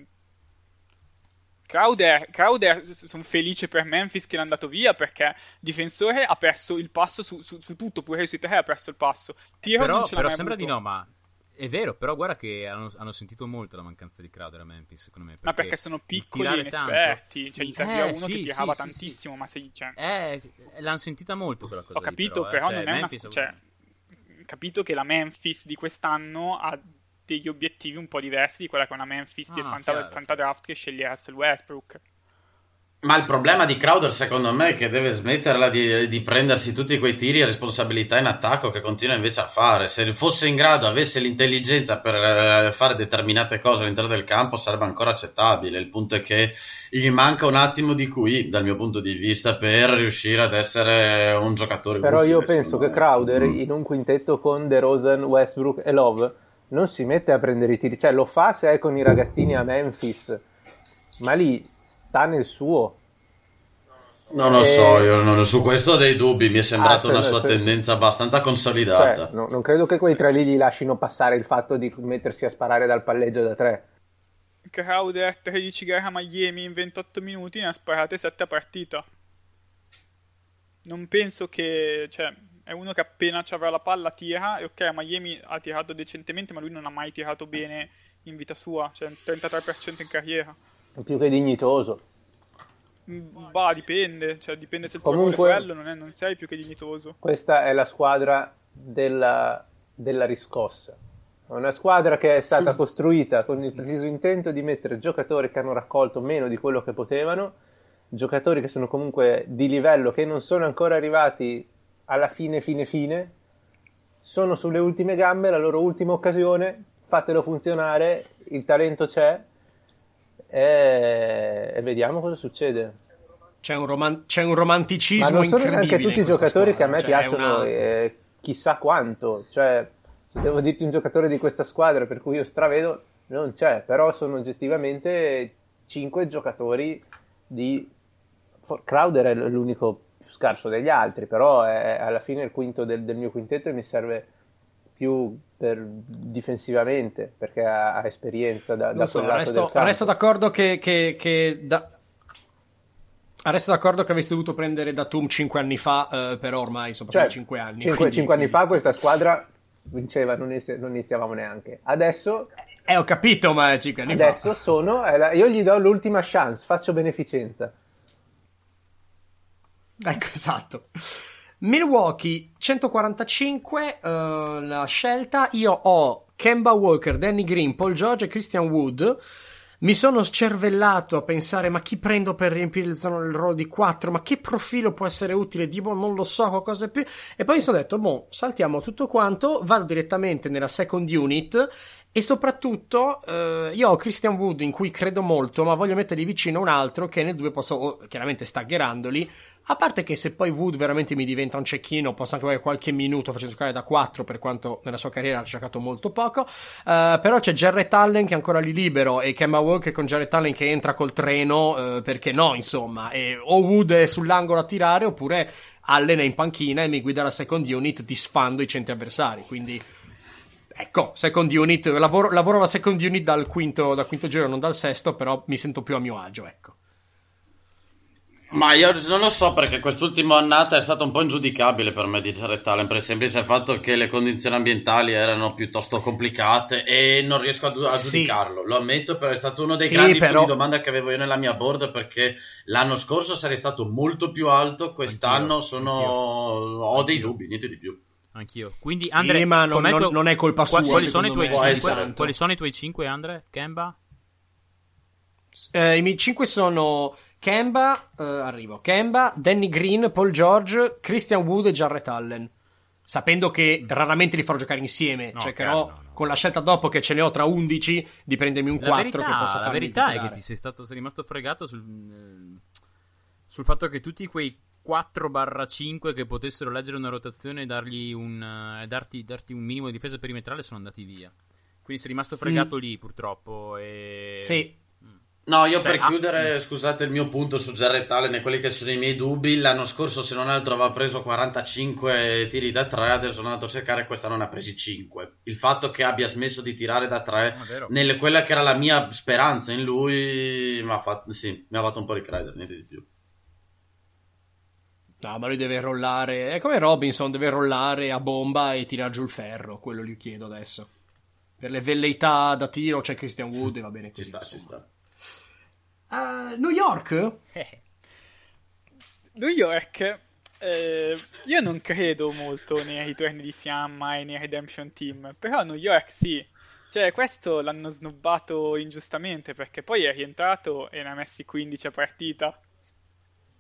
Crowder sono felice per Memphis che l'è andato via, perché difensore ha perso il passo su tutto, pure sui 3 ha perso il passo. Tiro non ce l'ha mai sembra avuto. di no, ma è vero, però guarda che hanno sentito molto la mancanza di Crowder a Memphis, secondo me. Ma perché sono piccoli e inesperti, cioè gli serviva uno che tirava tantissimo, ma l'hanno sentita molto quella cosa. Ho capito, però non è Memphis, capito che la Memphis di quest'anno ha degli obiettivi un po' diversi di quella che è una Memphis del Fantadraft che sceglie Russell Westbrook. Ma il problema di Crowder, secondo me, è che deve smetterla di prendersi tutti quei tiri e responsabilità in attacco che continua invece a fare. Se fosse in grado, avesse l'intelligenza per fare determinate cose all'interno del campo, sarebbe ancora accettabile. Il punto è che gli manca un attimo di QI, dal mio punto di vista, per riuscire ad essere un giocatore Però utile, io penso che Crowder, in un quintetto con DeRozan, Westbrook e Love, non si mette a prendere i tiri. Cioè, lo fa se è con i ragazzini a Memphis, ma lì sta nel suo. Non lo so, io su questo ho dei dubbi, mi è sembrata una sua tendenza abbastanza consolidata. Cioè, non credo che quei tre lì gli lasciano passare il fatto di mettersi a sparare dal palleggio da tre. Crowder 13 gare a Miami in 28 minuti, ne ha sparate 7 a partita. Non penso che... cioè, è uno che appena c'aveva la palla tira, e ok, a Miami ha tirato decentemente, ma lui non ha mai tirato bene in vita sua, cioè un 33% in carriera. È più che dignitoso. Bah, dipende, cioè dipende se il tuo Comunque, ruolo è quello, non sei più che dignitoso. Questa è la squadra della riscossa. Una squadra che è stata costruita con il preciso intento di mettere giocatori che hanno raccolto meno di quello che potevano, giocatori che sono comunque di livello, che non sono ancora arrivati alla fine, sono sulle ultime gambe, la loro ultima occasione, fatelo funzionare, il talento c'è, e vediamo cosa succede. C'è un romanticismo ma non sono incredibile neanche tutti i giocatori squadra. che a me piacciono chissà quanto, cioè se devo dirti un giocatore di questa squadra per cui io stravedo, non c'è, però sono oggettivamente 5 giocatori di... Crowder è l'unico più scarso degli altri, però è alla fine il quinto del mio quintetto e mi serve più difensivamente, perché ha esperienza da quel lato del campo. Resto d'accordo resto d'accordo che avreste dovuto prendere Datum 5 anni fa, però ormai sono passati 5 anni. 5 anni fa questa squadra vinceva, non iniziavamo neanche. Adesso... ho capito, ma 5 anni adesso fa. Io gli do l'ultima chance, faccio beneficenza. Ecco, esatto. Milwaukee 145, la scelta. Io ho Kemba Walker, Danny Green, Paul George e Christian Wood. Mi sono scervellato a pensare, ma chi prendo per riempire il ruolo di 4? Ma che profilo può essere utile? Non lo so, qualcosa più. E poi mi sono detto, saltiamo tutto quanto, vado direttamente nella second unit. E soprattutto io ho Christian Wood in cui credo molto, ma voglio mettergli vicino un altro che nel 2 posso, chiaramente staggerandoli, a parte che se poi Wood veramente mi diventa un cecchino, posso anche avere qualche minuto facendo giocare da 4, per quanto nella sua carriera ha giocato molto poco, però c'è Jarrett Allen che è ancora lì libero e Kemba Walker con Jarrett Allen che entra col treno, perché no, insomma, e o Wood è sull'angolo a tirare oppure Allen è in panchina e mi guida la second unit disfando i centri avversari, quindi... Ecco, second unit, lavoro la second unit dal quinto giro, non dal sesto, però mi sento più a mio agio, ecco. Ma io non lo so, perché quest'ultima annata è stata un po' ingiudicabile per me di Jarrett Allen, per il semplice fatto che le condizioni ambientali erano piuttosto complicate e non riesco a giudicarlo. Lo ammetto, però è stato uno dei grandi punti di domanda che avevo io nella mia board, perché l'anno scorso sarei stato molto più alto, quest'anno ho dei dubbi, niente di più. Anch'io. Quindi Andre, ma non è colpa sua. Quali sono i tuoi 5, Andre? Kemba? I miei 5 sono Kemba, Danny Green, Paul George, Christian Wood e Jarrett Allen. Sapendo che raramente li farò giocare insieme, cercherò con la scelta dopo che ce ne ho tra 11 di prendermi un 4 che possa farmi. La verità è che sei rimasto fregato sul fatto che tutti quei 4/5 che potessero leggere una rotazione e darti un minimo di difesa perimetrale sono andati via. Quindi sei rimasto fregato lì, purtroppo. Sì. No, io per chiudere, scusate il mio punto su Jarrett Allen e quelli che sono i miei dubbi, l'anno scorso se non altro aveva preso 45 tiri da 3, adesso sono andato a cercare, quest'anno ne ha presi 5. Il fatto che abbia smesso di tirare da 3, quella che era la mia speranza in lui, mi ha fatto un po' ricredere, niente di più. No, ma lui deve rollare, è come Robinson, deve rollare a bomba e tirare giù il ferro, quello gli chiedo adesso. Per le velleità da tiro c'è Christian Wood e va bene così. Ci sta. New York? New York, io non credo molto nei ritorni di fiamma e nei redemption team, però New York sì. Cioè, questo l'hanno snobbato ingiustamente, perché poi è rientrato e ne ha messi 15 a partita.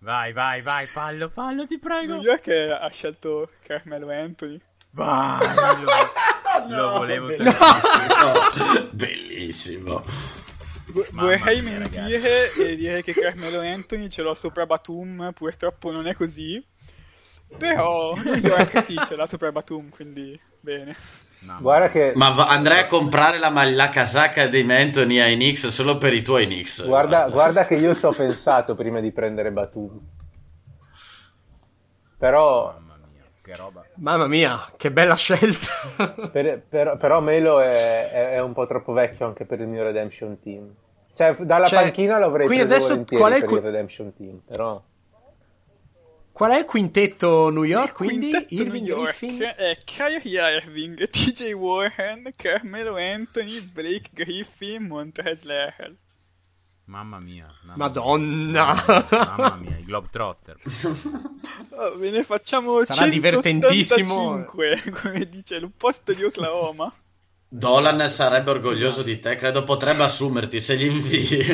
Vai, fallo, ti prego. New York ha scelto Carmelo Anthony. Vai, lo volevo. Bellissimo. Vorrei mia, mentire e dire che Carmelo Anthony ce l'ho sopra Batum, purtroppo non è così. Però New York sì, ce l'ha sopra Batum, quindi bene. Guarda che andrai a comprare la casacca dei Anthony ai Knicks solo per i tuoi Knicks. guarda che io ci ho pensato prima di prendere Batum. Però Mamma mia, che roba. Mamma mia, che bella scelta. però Melo è un po' troppo vecchio anche per il mio Redemption Team. Cioè, dalla panchina l'avrei quindi preso adesso volentieri qual è per il Redemption Team, però... Qual è il quintetto New York? Il Quindi quintetto Irving, New York Griffin? è Kyrie Irving, TJ Warren, Carmelo Anthony, Blake Griffin, Montrezl Harrell. Mamma mia. Madonna. Mamma mia, i Globetrotter. Oh, ve ne facciamo Sarà divertentissimo. 185, come dice l'opposto di Oklahoma. Dolan sarebbe orgoglioso di te, credo potrebbe assumerti se gli invii.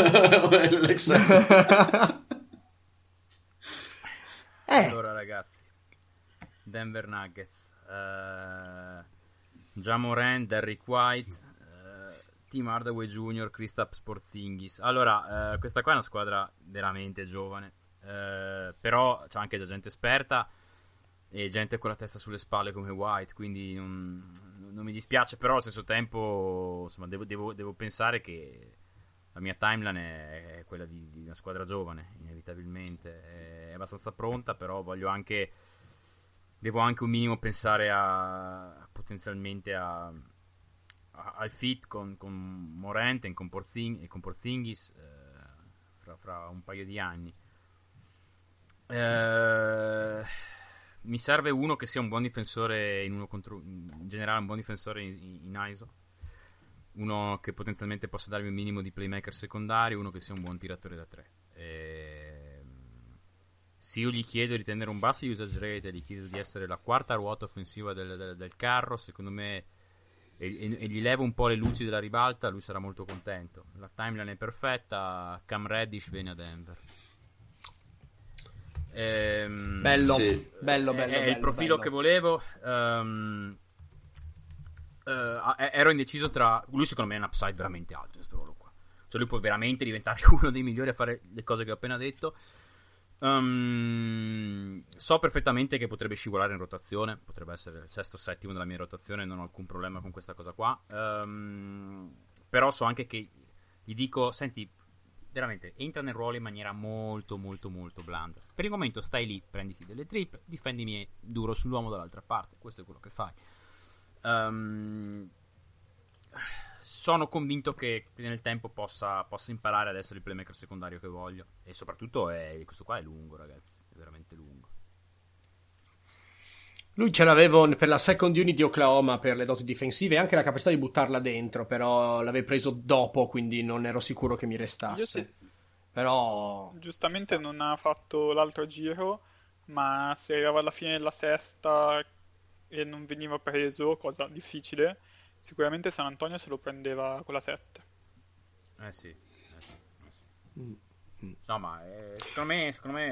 Allora ragazzi, Denver Nuggets, Ja Morant, Derrick White, Tim Hardaway Jr., Kristaps Porzingis. Allora, questa qua è una squadra veramente giovane, però c'è anche già gente esperta e gente con la testa sulle spalle come White, quindi non mi dispiace, però allo stesso tempo insomma devo pensare che la mia timeline è quella di una squadra giovane, inevitabilmente. È abbastanza pronta, però devo anche un minimo pensare potenzialmente al fit con Morant e con Porzingis fra un paio di anni. Mi serve uno che sia un buon difensore in generale, un buon difensore in ISO. Uno che potenzialmente possa darmi un minimo di playmaker secondario, uno che sia un buon tiratore da tre. Se io gli chiedo di tenere un basso usage rate, gli chiedo di essere la quarta ruota offensiva del carro, secondo me, e gli levo un po' le luci della ribalta, lui sarà molto contento. La timeline è perfetta, Cam Reddish viene a Denver. Bello, sì. bello. È il profilo che volevo. Ero indeciso tra lui, secondo me è un upside veramente alto in questo ruolo qua, cioè lui può veramente diventare uno dei migliori a fare le cose che ho appena detto. So perfettamente che potrebbe scivolare in rotazione, potrebbe essere il sesto, settimo della mia rotazione, non ho alcun problema con questa cosa qua. Però so anche che gli dico: senti, veramente entra nel ruolo in maniera molto molto molto blanda. Per il momento stai lì, prenditi delle trip, difendimi duro sull'uomo dall'altra parte, questo è quello che fai. Sono convinto che nel tempo possa imparare ad essere il playmaker secondario che voglio, e soprattutto questo qua è lungo, ragazzi, è veramente lungo. Lui ce l'avevo per la second unit di Oklahoma per le doti difensive e anche la capacità di buttarla dentro, però l'avevo preso dopo, quindi non ero sicuro che mi restasse. Però giustamente non ha fatto l'altro giro, ma se arrivava alla fine della sesta e non veniva preso, cosa difficile, sicuramente San Antonio se lo prendeva con la 7. Sì. Insomma, secondo me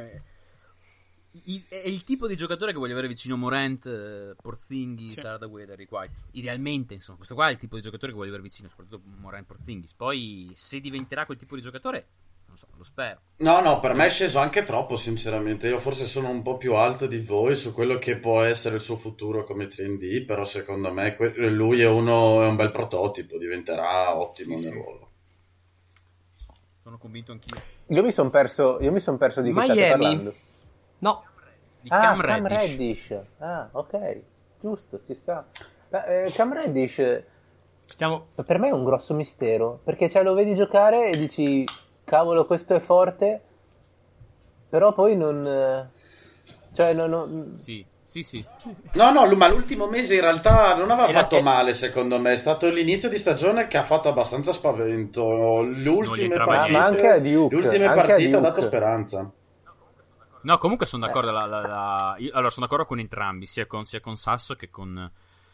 è il tipo di giocatore che voglio avere vicino Morant, Porzingis, sì. Hardaway, Derrick White. Idealmente, insomma, questo qua è il tipo di giocatore che voglio avere vicino, soprattutto Morant, Porzingis. Poi, se diventerà quel tipo di giocatore, non so, lo spero. No, per me è sceso anche troppo, sinceramente. Io forse sono un po' più alto di voi su quello che può essere il suo futuro come 3D, però secondo me lui è un bel prototipo, diventerà ottimo nel ruolo. Sono convinto anch'io. Io mi son perso di chi state parlando. no, Di Cam Cam Reddish. Ah, ok, giusto, ci sta. Cam Reddish per me è un grosso mistero, perché cioè, lo vedi giocare e dici cavolo, questo è forte, però poi non... Cioè, no. Sì. No, ma l'ultimo mese in realtà non aveva fatto male, secondo me. È stato l'inizio di stagione che ha fatto abbastanza spavento. Le ultime partite ha dato speranza. No, comunque sono d'accordo. Allora, sono d'accordo con entrambi, sia con Sasso che con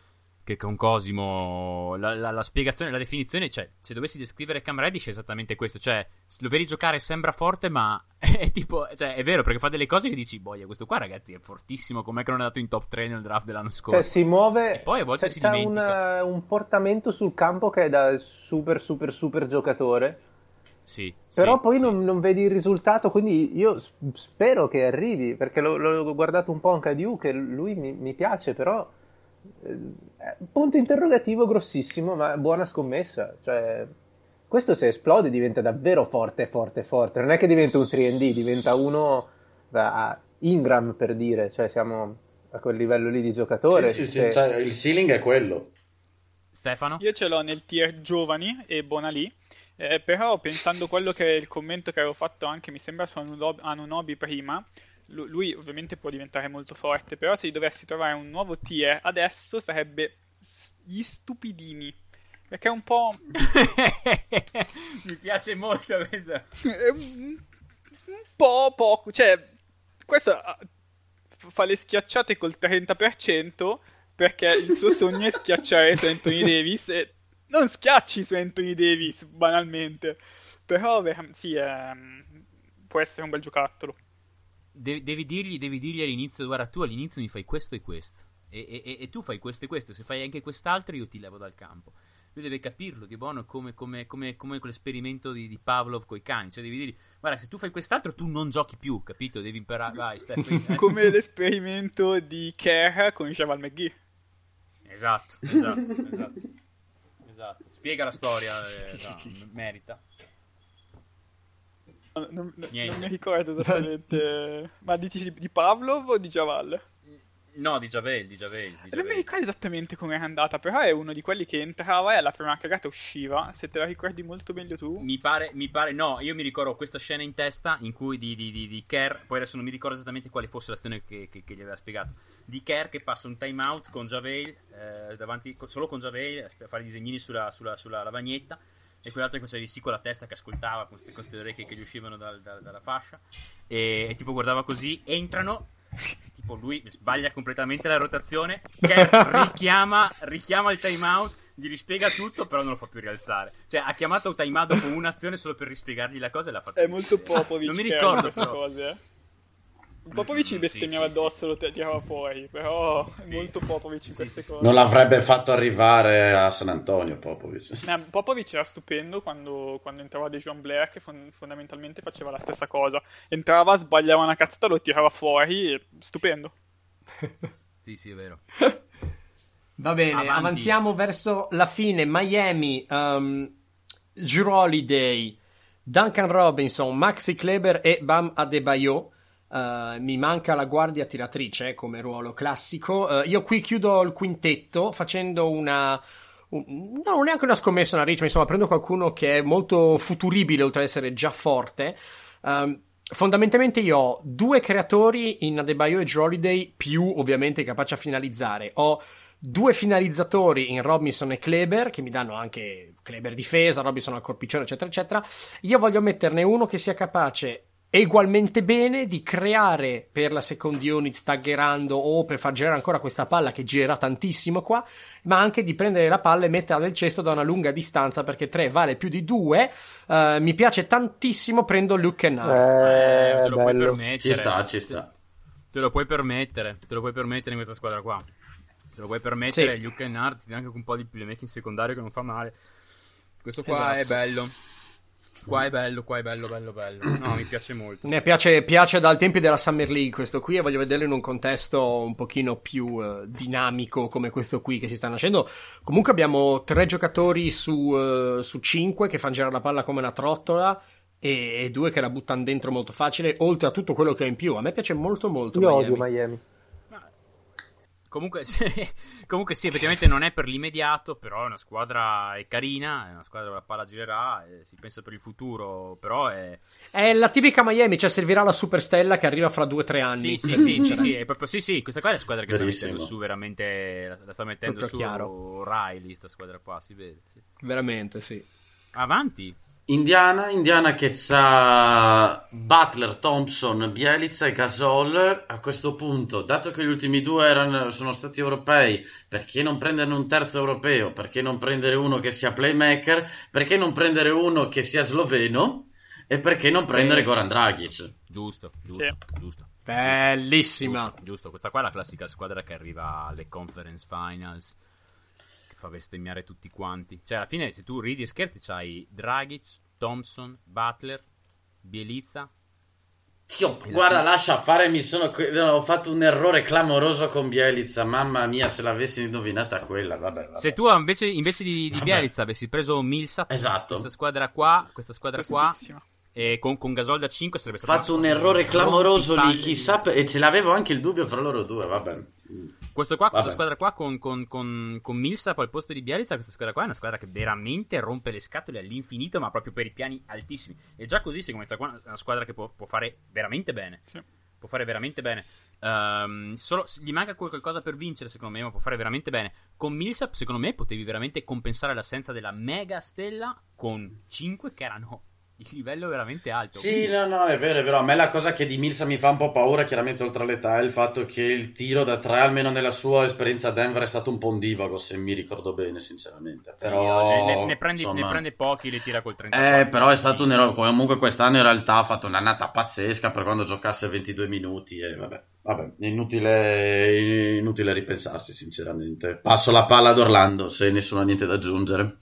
che con Cosimo la spiegazione, la definizione, cioè se dovessi descrivere Cam Reddish è esattamente questo, cioè se lo vedi giocare sembra forte ma è tipo, cioè è vero perché fa delle cose che dici boia questo qua ragazzi è fortissimo, com'è che non è andato in top 3 nel draft dell'anno scorso, cioè si muove e poi a volte si c'ha dimentica un portamento sul campo che è da super super super giocatore, sì, però sì, poi sì. non vedi il risultato, quindi io spero che arrivi, perché l'ho guardato un po' anche a Duke, lui mi piace, però punto interrogativo grossissimo, ma buona scommessa, cioè questo se esplode diventa davvero forte forte forte, non è che diventa un 3&D, diventa uno da Ingram, per dire, cioè siamo a quel livello lì di giocatore. Sì, cioè, il ceiling è quello. Stefano? Io ce l'ho nel tier giovani e Bonalì, però pensando quello che è il commento che avevo fatto anche, mi sembra su Anunobi prima, lui ovviamente può diventare molto forte, però se dovessi trovare un nuovo tier adesso sarebbe gli stupidini, perché è un po'... Mi piace molto questa. un po' poco, cioè questo fa le schiacciate col 30% perché il suo sogno è schiacciare su Anthony Davis e non schiacci su Anthony Davis banalmente, però sì, può essere un bel giocattolo. Devi dirgli all'inizio, guarda, tu all'inizio mi fai questo e questo, e tu fai questo e questo, se fai anche quest'altro io ti levo dal campo. Lui deve capirlo di buono, come quell'esperimento di Pavlov coi cani, cioè devi dirgli, guarda, se tu fai quest'altro tu non giochi più, capito? Devi imparare, vai Stefano. Come l'esperimento di Kerr con Jamal McGee. Esatto. Spiega la storia, merita. Non mi ricordo esattamente. Ma dici di Pavlov o di Javal? No, di Javel. Non mi ricordo esattamente come è andata, però è uno di quelli che entrava e alla prima cagata usciva. Se te la ricordi molto meglio tu. Mi pare, no, io mi ricordo questa scena in testa in cui di Kerr, poi adesso non mi ricordo esattamente quale fosse l'azione che gli aveva spiegato, di Kerr che passa un time out con Javel, davanti, solo con Javel, a fare i disegnini sulla lavagnetta, e quell'altro che faceva di sì con la testa che ascoltava con queste orecchie che gli uscivano dalla fascia, e tipo guardava così, entrano, tipo lui sbaglia completamente la rotazione, Kerr richiama il time out, gli rispiega tutto, però non lo fa più rialzare, cioè ha chiamato time out dopo un'azione solo per rispiegargli la cosa e l'ha fatto. È molto Popovic. Non mi ricordo queste però. cose, Popovic mi bestemmiava addosso, lo tirava fuori, però è molto Popovic in queste cose. Non l'avrebbe fatto arrivare a San Antonio Popovic. Popovic era stupendo quando entrava Dejounte Blair, che fondamentalmente faceva la stessa cosa. Entrava, sbagliava una cazzata, lo tirava fuori, stupendo. Sì, è vero. Va bene, avanziamo verso la fine. Miami, Jrue Holiday, Duncan Robinson, Maxi Kleber e Bam Adebayo. Mi manca la guardia tiratrice come ruolo classico. Io qui chiudo il quintetto facendo no, neanche una scommessa, una riccia, ma insomma prendo qualcuno che è molto futuribile oltre ad essere già forte. Fondamentalmente io ho due creatori in Adebayo e Jrue Holiday, più ovviamente capaci a finalizzare. Ho due finalizzatori in Robinson e Kleber, che mi danno anche Kleber difesa, Robinson al corpiccione, eccetera eccetera. Io voglio metterne uno che sia capace egualmente bene di creare per la second unit staggerando o per far girare ancora questa palla che girerà tantissimo qua, ma anche di prendere la palla e metterla nel cesto da una lunga distanza, perché 3 vale più di 2. Mi piace tantissimo, prendo Luke Kennard. Te lo puoi permettere. Ci sta. Te lo puoi permettere in questa squadra qua. Te lo puoi permettere, sì. Luke Kennard ti dà anche un po' di playmaking secondario che non fa male. Questo qua esatto. È bello. Qua è bello. No, mi piace molto. Ne piace dal tempi della Summer League questo qui, e voglio vederlo in un contesto un pochino più dinamico come questo qui che si sta nascendo. Comunque abbiamo 3 giocatori su 5 che fanno girare la palla come una trottola e 2 che la buttano dentro molto facile, oltre a tutto quello che ha in più. A me piace molto Io Miami. odio Miami. Comunque sì, effettivamente non è per l'immediato, però è una squadra, è carina, è una squadra dove la palla girerà, si pensa per il futuro, però è la tipica Miami, cioè servirà la superstella che arriva fra 2-3 anni. Sì, è proprio sì, questa qua è la squadra che Verissimo. sta mettendo su veramente, la sta mettendo proprio su chiaro. Riley, sta squadra qua, si vede, sì. Veramente, sì. Avanti. Indiana che c'ha Butler, Thompson, Bielitsa e Gasol. A questo punto, dato che gli ultimi due sono stati europei, perché non prenderne un terzo europeo? Perché non prendere uno che sia playmaker? Perché non prendere uno che sia sloveno? E perché non prendere Goran Dragic? Giusto. Bellissima. Giusto, questa qua è la classica squadra che arriva alle conference finals, che fa bestemmiare tutti quanti. Cioè, alla fine, se tu ridi e scherzi, c'hai Dragic, Thompson, Butler, Bielitsa. Guarda, lascia fare, ho fatto un errore clamoroso con Bielitsa. Mamma mia, se l'avessi indovinata quella, vabbè. Se tu invece di Bielitsa avessi preso Millsap, esatto, questa squadra qua, e con Gasol da 5 sarebbe stato fatto un errore clamoroso lì, chissà, e ce l'avevo anche il dubbio fra loro due, vabbè. Questa squadra qua con Millsap al posto di Bielitsa, questa squadra qua è una squadra che veramente rompe le scatole all'infinito, ma proprio per i piani altissimi. E già così, secondo me, questa qua è una squadra che può fare veramente bene. Sì. Può fare veramente bene. Solo gli manca qualcosa per vincere, secondo me, ma può fare veramente bene. Con Millsap, secondo me, potevi veramente compensare l'assenza della mega stella con 5 che erano il livello veramente alto. Sì, no, è vero. A me la cosa che di Millsap mi fa un po' paura, chiaramente oltre all'età, è il fatto che il tiro da tre, almeno nella sua esperienza a Denver, è stato un po' un divago, se mi ricordo bene, sinceramente. Però ne prende pochi, li tira col 30. Però è stato un errore. Comunque quest'anno in realtà ha fatto un'annata pazzesca per quando giocasse 22 minuti e vabbè, inutile ripensarsi, sinceramente. Passo la palla ad Orlando, se nessuno ha niente da aggiungere.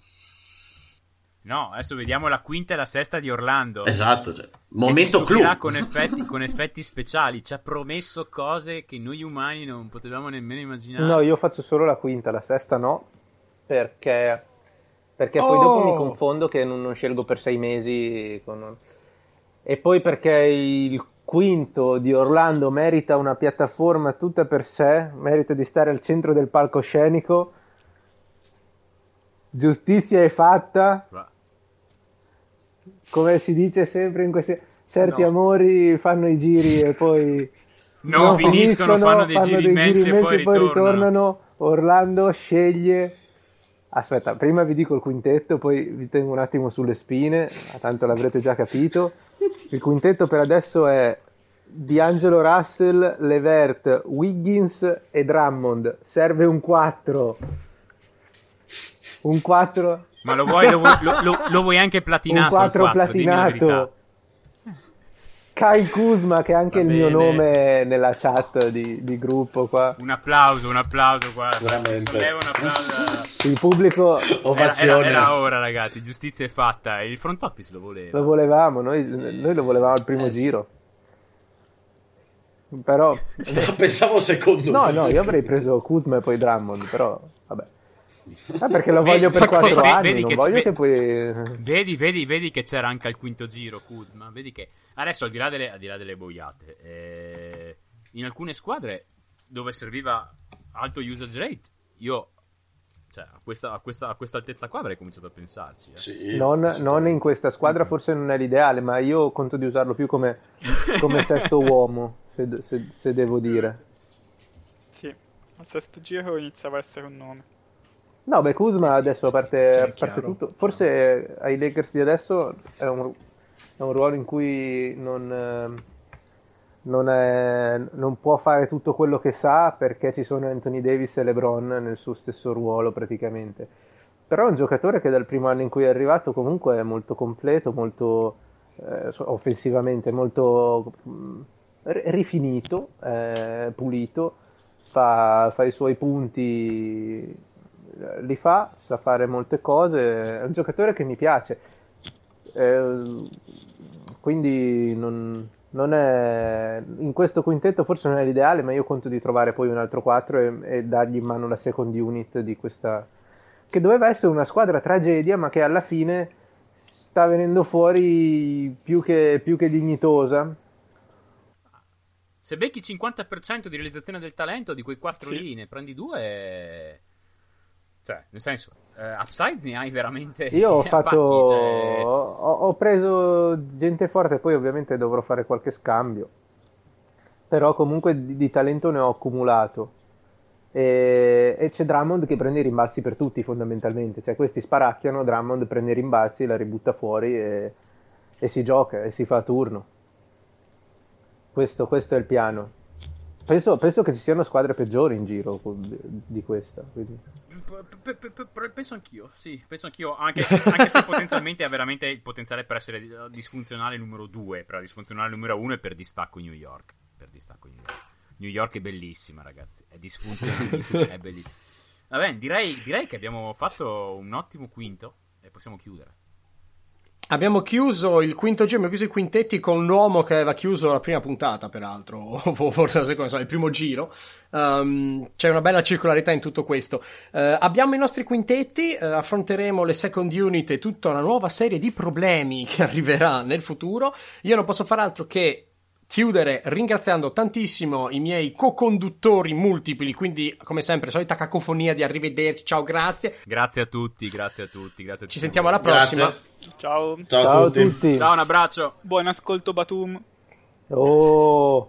No, adesso vediamo la quinta e la sesta di Orlando. Esatto, cioè, momento clou. Con effetti speciali. Ci ha promesso cose che noi umani non potevamo nemmeno immaginare. No, io faccio solo la quinta, la sesta no, perché poi dopo mi confondo che non scelgo per 6 mesi. E poi perché il quinto di Orlando merita una piattaforma tutta per sé, merita di stare al centro del palcoscenico. Giustizia è fatta. Come si dice sempre in questi certi amori fanno i giri e poi non finiscono, fanno dei giri immensi e poi ritornano. Orlando sceglie, aspetta, prima vi dico il quintetto, poi vi tengo un attimo sulle spine, tanto l'avrete già capito. Il quintetto per adesso è D'Angelo Russell, LeVert, Wiggins e Drummond. Serve un 4. Un 4. Ma lo vuoi anche platinato? Un 4 platinato. Kyle Kuzma, che è anche il mio nome nella chat di gruppo qua. Un applauso qua. Veramente. Sollevo un applauso. Il pubblico. Ovazione. Era ora, ragazzi. Giustizia è fatta. Il front office lo voleva. Lo volevamo, noi lo volevamo al primo giro. Però. Pensavo secondo. No, io avrei preso Kuzma e poi Drummond, però vabbè. Perché lo voglio per 4 anni, non voglio che poi... Vedi che c'era anche al quinto giro Kuzma, vedi che adesso al di là delle boiate, in alcune squadre dove serviva alto usage rate, io cioè a questa altezza qua avrei cominciato a pensarci. Sì, non in questa squadra, forse non è l'ideale, ma io conto di usarlo più come sesto uomo, se devo dire. Sì, al sesto giro iniziava a essere un nome. No, beh, Kuzma adesso a parte tutto, forse ai Lakers di adesso è un ruolo in cui non può fare tutto quello che sa, perché ci sono Anthony Davis e LeBron nel suo stesso ruolo praticamente. Però è un giocatore che dal primo anno in cui è arrivato comunque è molto completo, molto offensivamente, molto rifinito, pulito, fa i suoi punti, li sa fare molte cose, è un giocatore che mi piace, quindi non è in questo quintetto, forse non è l'ideale, ma io conto di trovare poi un altro 4 e dargli in mano la second unit di questa, che doveva essere una squadra tragedia, ma che alla fine sta venendo fuori più che dignitosa. Se becchi 50% di realizzazione del talento di quei 4 lì, ne prendi 2, cioè, nel senso, upside ne hai veramente. Io ho fatto pacchi, cioè... ho preso gente forte, poi ovviamente dovrò fare qualche scambio, però comunque di talento ne ho accumulato, e c'è Drummond che prende i rimbalzi per tutti fondamentalmente, cioè questi sparacchiano, Drummond prende i rimbalzi, la ributta fuori e si gioca e si fa a turno. Questo è il piano. Penso che ci siano squadre peggiori in giro di questa, quindi. Penso anch'io, anche se potenzialmente ha veramente il potenziale per essere disfunzionale numero 2, per disfunzionale numero 1 e per distacco New York. New York è bellissima, ragazzi, è disfunzionale, è bellissima. Va bene, direi che abbiamo fatto un ottimo quinto e possiamo chiudere. Abbiamo chiuso il quinto giro, abbiamo chiuso i quintetti con un uomo che aveva chiuso la prima puntata, peraltro, o forse la seconda, il primo giro. C'è una bella circolarità in tutto questo. Abbiamo i nostri quintetti, affronteremo le second unit e tutta una nuova serie di problemi che arriverà nel futuro. Io non posso far altro che chiudere ringraziando tantissimo i miei co-conduttori multipli, quindi come sempre solita cacofonia di arrivederci, ciao, grazie a tutti. Ci sentiamo alla prossima. Ciao A tutti. Ciao, un abbraccio, buon ascolto Batum. Oh.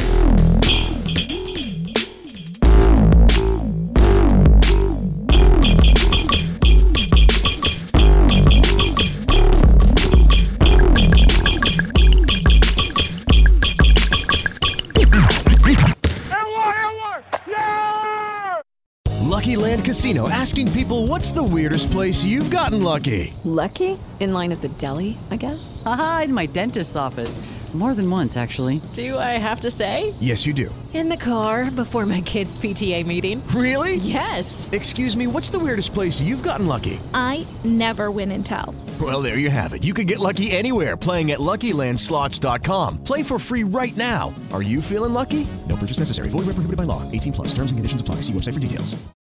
Lucky Land Casino, asking people, what's the weirdest place you've gotten lucky? Lucky? In line at the deli, I guess? Aha, in my dentist's office. More than once, actually. Do I have to say? Yes, you do. In the car before my kids' PTA meeting. Really? Yes. Excuse me, what's the weirdest place you've gotten lucky? I never win and tell. Well, there you have it. You can get lucky anywhere, playing at LuckyLandSlots.com. Play for free right now. Are you feeling lucky? No purchase necessary. Void where prohibited by law. 18+. Terms and conditions apply. See website for details.